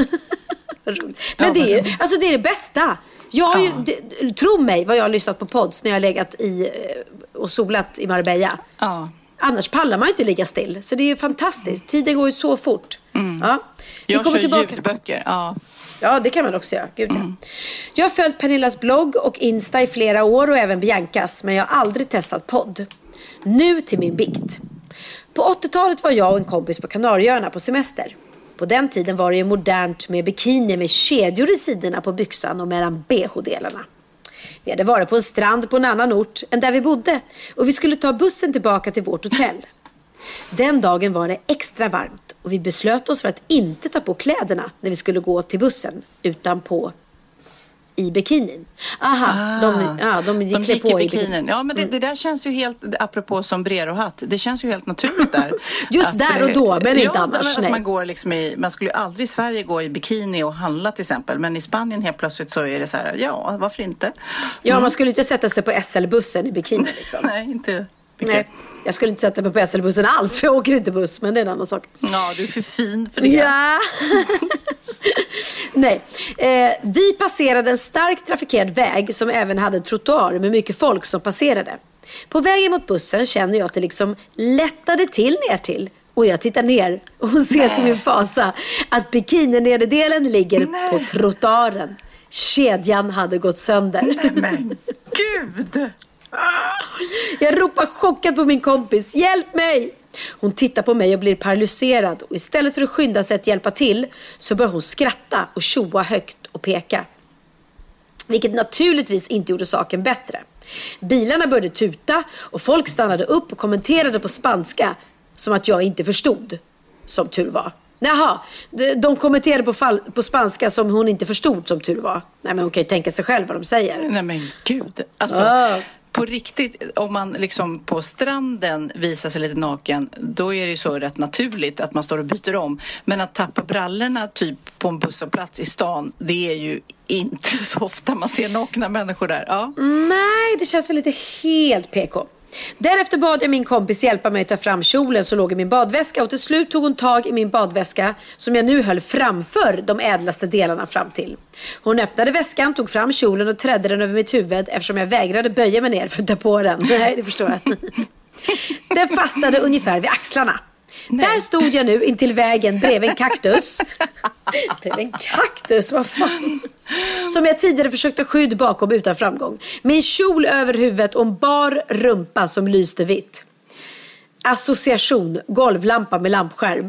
Men det är, alltså det är det bästa. Jag har ju, det, tro mig vad jag har lyssnat på pods när jag har legat i och solat i Marbella. Ja. Annars pallar man ju inte ligga still. Så det är ju fantastiskt. Tiden går ju så fort. Mm. Ja. Vi jag kommer kör tillbaka. ljudböcker. Ja. Ja, det kan man också göra. Gud, ja. Mm. Jag har följt Pernillas blogg och Insta i flera år och även Biancas. Men jag har aldrig testat podd. Nu till min bikt. På åttiotalet var jag och en kompis på Kanarieöarna på semester. På den tiden var det ju modernt med bikini med kedjor i sidorna på byxan och mellan B H-delarna. Vi hade varit på en strand på en annan ort än där vi bodde och vi skulle ta bussen tillbaka till vårt hotell. Den dagen var det extra varmt och vi beslöt oss för att inte ta på kläderna när vi skulle gå till bussen utan på i bikinin. Aha, ah, de, ja, de gick, de gick på i bikinin. bikinin. Ja, men det, mm. det där känns ju helt, apropå sombrerohatt, det känns ju helt naturligt där. Just att, där och då, men inte ja, annars. Att man, går liksom i, man skulle ju aldrig i Sverige gå i bikini och handla till exempel, men i Spanien helt plötsligt så är det så här, ja, varför inte? Mm. Ja, man skulle inte sätta sig på S L-bussen i bikini liksom. Nej, inte mycket. Nej. Jag skulle inte sätta mig på S L-bussen alls, för jag åker inte buss, men det är en annan sak. Ja, du är för fin för det. Ja. Nej. Eh, vi passerade en starkt trafikerad väg som även hade trottoar med mycket folk som passerade. På vägen mot bussen känner jag att det liksom lättade till ner till. Och jag tittar ner och ser Nej. till min fasa att bikininederdelen ligger Nej. på trottoaren. Kedjan hade gått sönder. Nej, men gud! Jag ropar chockad på min kompis. Hjälp mig! Hon tittar på mig och blir paralyserad. Och istället för att skynda sig att hjälpa till så börjar hon skratta och tjoa högt och peka. Vilket naturligtvis inte gjorde saken bättre. Bilarna började tuta och folk stannade upp och kommenterade på spanska som att jag inte förstod. Som tur var. Jaha, de kommenterade på, fall, på spanska som hon inte förstod som tur var. Nej, men hon kan ju tänka sig själv vad de säger. Nej, men gud. Alltså... Oh. På riktigt, om man liksom på stranden visar sig lite naken, då är det ju så rätt naturligt att man står och byter om. Men att tappa brallorna typ på en busshållplats i stan, det är ju inte så ofta man ser nakna människor där. Ja. Nej, det känns väl lite helt P K. Därefter bad jag min kompis hjälpa mig att ta fram kjolen som låg i min badväska och till slut tog hon tag i min badväska som jag nu höll framför de ädlaste delarna fram till. Hon öppnade väskan, tog fram kjolen och trädde den över mitt huvud eftersom jag vägrade böja mig ner för att ta på den. Nej, det förstår jag. Den fastnade ungefär vid axlarna. Nej. Där stod jag nu intill vägen bredvid en kaktus. Bredvid en kaktus, vad fan? Som jag tidigare försökte skydd bakom utan framgång. Min kjol över huvudet och en bar rumpa som lyste vitt. Association, golvlampa med lampskärm.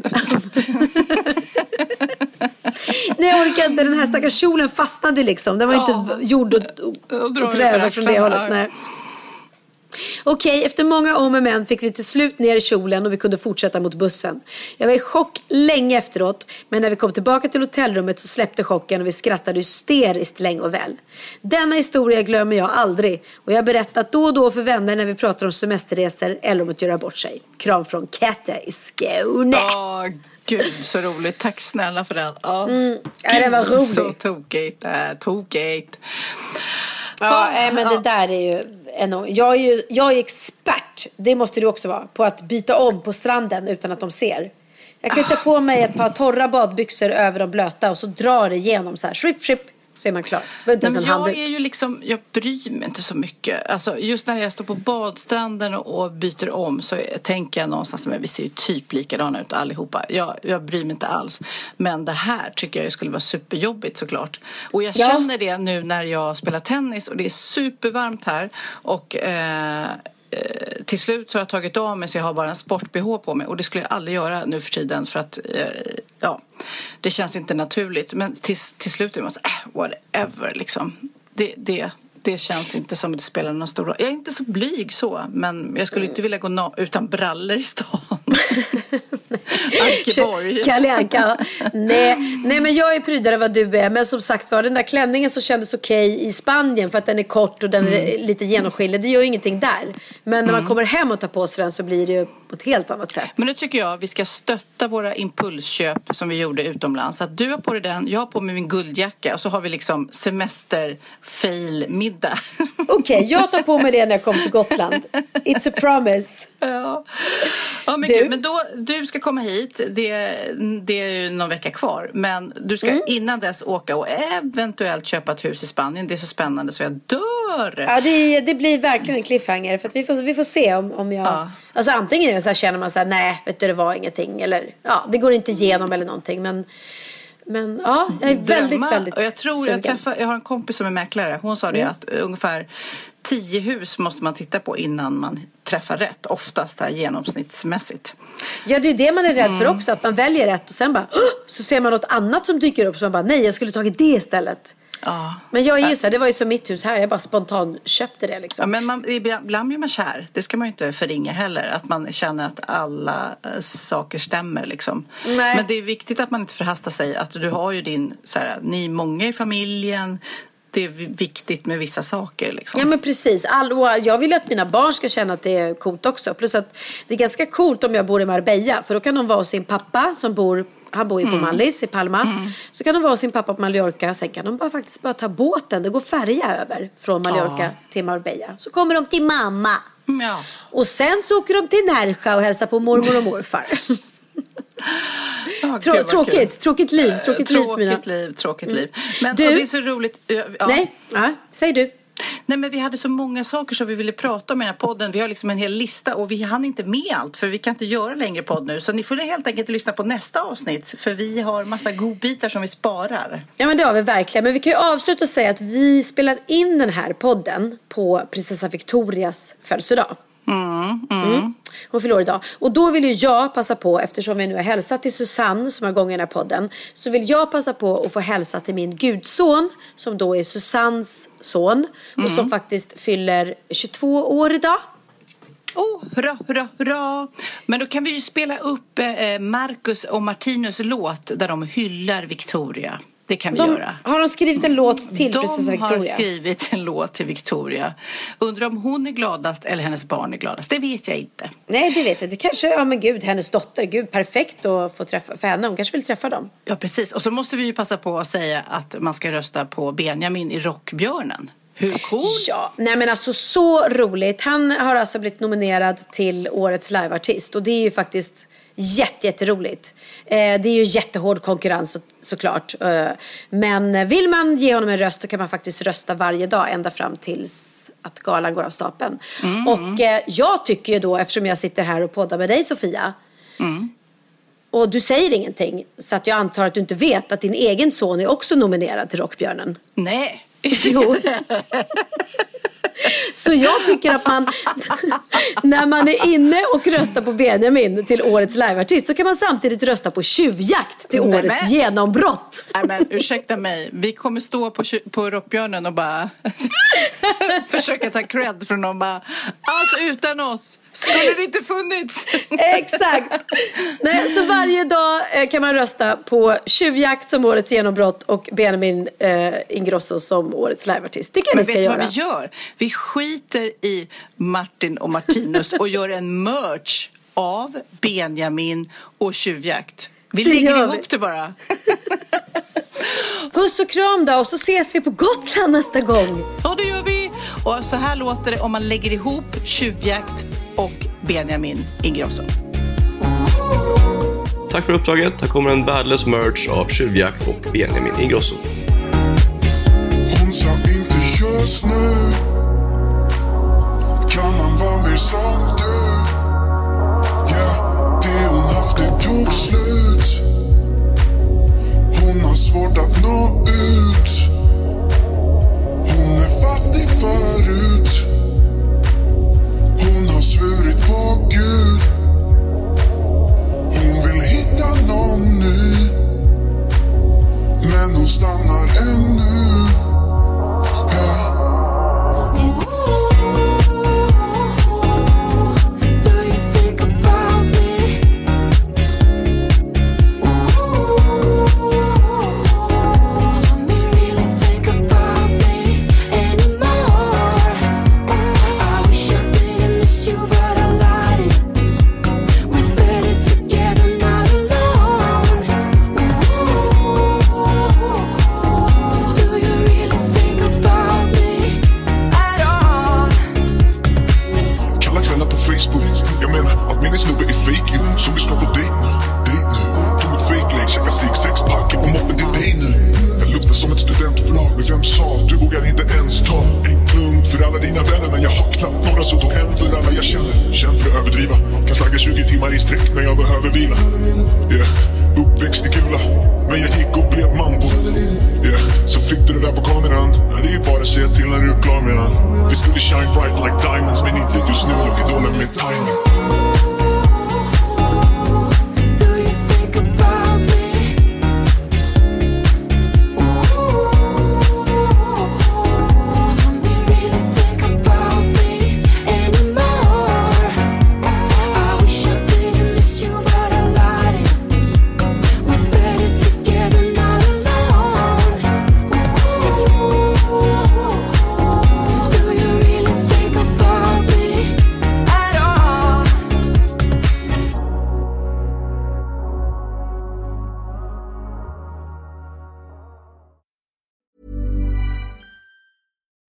Nej, jag orkar inte. Den här stackars kjolen fastnade liksom. Den var ja. inte gjord och, och, och träva från det hållet. Nej. Okej, efter många om och men fick vi till slut ner i kjolen och vi kunde fortsätta mot bussen. Jag var i chock länge efteråt, men när vi kom tillbaka till hotellrummet så släppte chocken och vi skrattade hysteriskt länge och väl. Denna historia glömmer jag aldrig och jag har berättat då och då för vänner när vi pratar om semesterresor eller om att göra bort sig. Kram från Katta i Skåne. Åh, gud, så roligt. Tack snälla för det. Åh, mm, ja, det var roligt. Så tokigt, äh, tokigt. Ja, äh, men det där är ju en, jag är ju jag är expert, det måste du också vara, på att byta om på stranden utan att de ser. Jag kan ta på mig ett par torra badbyxor över de blöta och så drar det igenom så här, shrip, shrip, så är man klar. Nej, men jag är ju liksom, jag bryr mig inte så mycket. Alltså, just när jag står på badstranden och, och byter om så tänker jag någonstans att vi ser ju typ likadana ut allihopa. Jag, jag bryr mig inte alls. Men det här tycker jag skulle vara superjobbigt såklart. Och jag ja. känner det nu när jag spelar tennis och det är supervarmt här. Och eh, till slut så har jag tagit av mig så jag har bara en sport-B H på mig. Och det skulle jag aldrig göra nu för tiden för att eh, ja, det känns inte naturligt. Men till, till slut är man så äh, whatever liksom. Det, det, det känns inte som att det spelar någon stor roll. Jag är inte så blyg så, men jag skulle inte vilja gå na- utan brallor i stan. Ankeborg. Kalle Anka. Nej, nej, men jag är prydare vad du är. Men som sagt var, den där klänningen så kändes okej i Spanien för att den är kort och den är mm. lite genomskinlig. Det gör ju ingenting där. Men när man mm. kommer hem och tar på sig den så blir det ju på ett helt annat sätt. Men nu tycker jag att vi ska stötta våra impulsköp som vi gjorde utomlands. Att du har på dig den, jag har på mig min guldjacka och så har vi liksom semester fail middag. Okej, okay, jag tar på mig det när jag kommer till Gotland. It's a promise. Ja, ja men, du? Gud, men då, du ska komma hit. Det, det är ju någon vecka kvar. Men du ska mm. innan dess åka och eventuellt köpa ett hus i Spanien. Det är så spännande så jag dör. Ja, det, det blir verkligen en cliffhanger. För att vi, får, vi får se om, om jag... Ja. Alltså antingen är det så här, känner man så här, nej, vet du, det var ingenting. Eller ja, det går inte igenom eller någonting. Men... Men ja, jag är väldigt, Drömma. väldigt och jag tror jag träffar, jag har en kompis som är mäklare. Hon sa det mm. att ungefär tio hus måste man titta på innan man träffar rätt. Oftast här genomsnittsmässigt. Ja, det är det man är rädd mm. för också. Att man väljer rätt och sen bara, så ser man något annat som dyker upp. Så man bara, nej, jag skulle tagit det istället. Ja. Men jag är ju så här, det var ju som mitt hus här. Jag bara spontant köpte det liksom. Ja, men man, ibland blir man kär. Det ska man ju inte förringa heller. Att man känner att alla äh, saker stämmer liksom. Nej. Men det är viktigt att man inte förhastar sig. Att du har ju din, så här, ni är många i familjen. Det är viktigt med vissa saker liksom. Ja men precis. All, jag vill att mina barn ska känna att det är coolt också. Plus att det är ganska coolt om jag bor i Marbella. För då kan de vara hos sin pappa som bor... Han bor ju på mm. Mallis i Palma. Mm. Så kan de vara hos sin pappa på Mallorca. Sen kan de bara faktiskt bara ta båten. Det går färja över från Mallorca ja. till Marbella. Så kommer de till mamma. Ja. Och sen så åker de till Närsjö och hälsar på mormor och morfar. Oh, Trå- Gud, tråkigt, tråkigt liv. Tråkigt, uh, liv, tråkigt mina. liv, tråkigt liv. Men du, och det är så roligt. Ja. Nej, ja, säg du. Nej, men vi hade så många saker som vi ville prata om i den här podden. Vi har liksom en hel lista och vi hann inte med allt för vi kan inte göra längre podd nu. Så ni får helt enkelt lyssna på nästa avsnitt för vi har massa godbitar som vi sparar. Ja men det har vi verkligen. Men vi kan ju avsluta och säga att vi spelar in den här podden på prinsessa Victorias födelsedag. Mm, mm. Mm. Hon fyller år idag. Och då vill ju jag passa på, eftersom vi nu har hälsat till Susanne som har gått i den här podden, så vill jag passa på att få hälsa till min gudson som då är Susannes son mm. och som faktiskt fyller tjugotvå år idag. Oh, hurra, hurra, hurra. Men då kan vi ju spela upp eh, Marcus och Martinus låt där de hyllar Victoria. Det kan vi de, göra. Har de skrivit en låt till de prinsessa Victoria? De har skrivit en låt till Victoria. Undrar om hon är gladast eller hennes barn är gladast. Det vet jag inte. Nej, det vet vi. Det kanske, ja men gud, hennes dotter. Gud, perfekt att få träffa för henne. Hon kanske vill träffa dem. Ja, precis. Och så måste vi ju passa på att säga att man ska rösta på Benjamin i Rockbjörnen. Hur cool? Ja, nej men alltså så roligt. Han har alltså blivit nominerad till årets liveartist. Och det är ju faktiskt jätte, jätteroligt. Eh, det är ju jättehård konkurrens så, såklart. Eh, men vill man ge honom en röst så kan man faktiskt rösta varje dag ända fram tills att galan går av stapeln. Mm. Och eh, jag tycker ju då, eftersom jag sitter här och poddar med dig Sofia. Mm. Och du säger ingenting. Så att jag antar att du inte vet att din egen son är också nominerad till Rockbjörnen. Nej. Jo. Så jag tycker att man när man är inne och röstar på Benjamin till årets liveartist så kan man samtidigt rösta på Tjuvjakt till Nej, årets men. genombrott. Nej men ursäkta mig, vi kommer stå på, på Rockbjörnen och bara försöka ta cred från dem bara, alltså utan oss skulle det inte funnits. Exakt. Nej, så varje dag kan man rösta på Tjuvjakt som årets genombrott och Benjamin eh, Ingrosso som årets liveartist. Det kan Men vi ska vet göra. vad vi gör? Vi skiter i Martin och Martinus och gör en merch av Benjamin och Tjuvjakt. Vi det lägger ihop vi. det bara. Puss och kram då och så ses vi på Gotland nästa gång. Ja, det gör vi. Och så här låter det om man lägger ihop Tjuvjakt och Benjamin Ingrosso. Tack för uppdraget. Här kommer en värdelös merch av Tjuvjakt och Benjamin Ingrosso. Hon sa inte just nu. Kan han vara mer som du? Ja, det hon haft det tog slut. Hon har svårt att nå ut. Hon är fast i förut. Hon har svurit på Gud. Hon vill hitta någon ny. Men hon stannar ännu. Ja.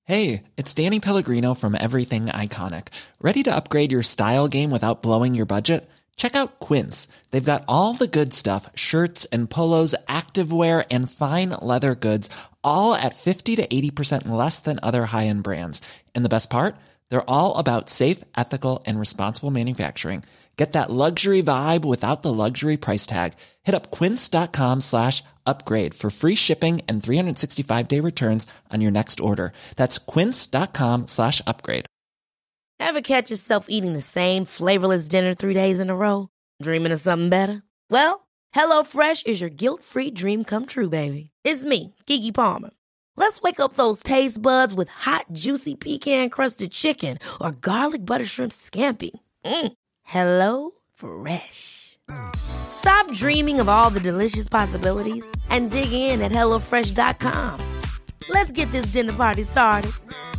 Hey, it's Danny Pellegrino from Everything Iconic. Ready to upgrade your style game without blowing your budget? Check out Quince. They've got all the good stuff, shirts and polos, activewear, and fine leather goods, all at fifty to eighty percent less than other high-end brands. And the best part? They're all about safe, ethical, and responsible manufacturing. Get that luxury vibe without the luxury price tag. Hit up quince.com slash upgrade for free shipping and three sixty-five day returns on your next order. That's quince.com slash upgrade. Ever catch yourself eating the same flavorless dinner three days in a row? Dreaming of something better? Well, HelloFresh is your guilt-free dream come true, baby. It's me, Keke Palmer. Let's wake up those taste buds with hot, juicy pecan-crusted chicken or garlic butter shrimp scampi. Mm. Hello Fresh. Stop dreaming of all the delicious possibilities and dig in at hello fresh dot com. Let's get this dinner party started.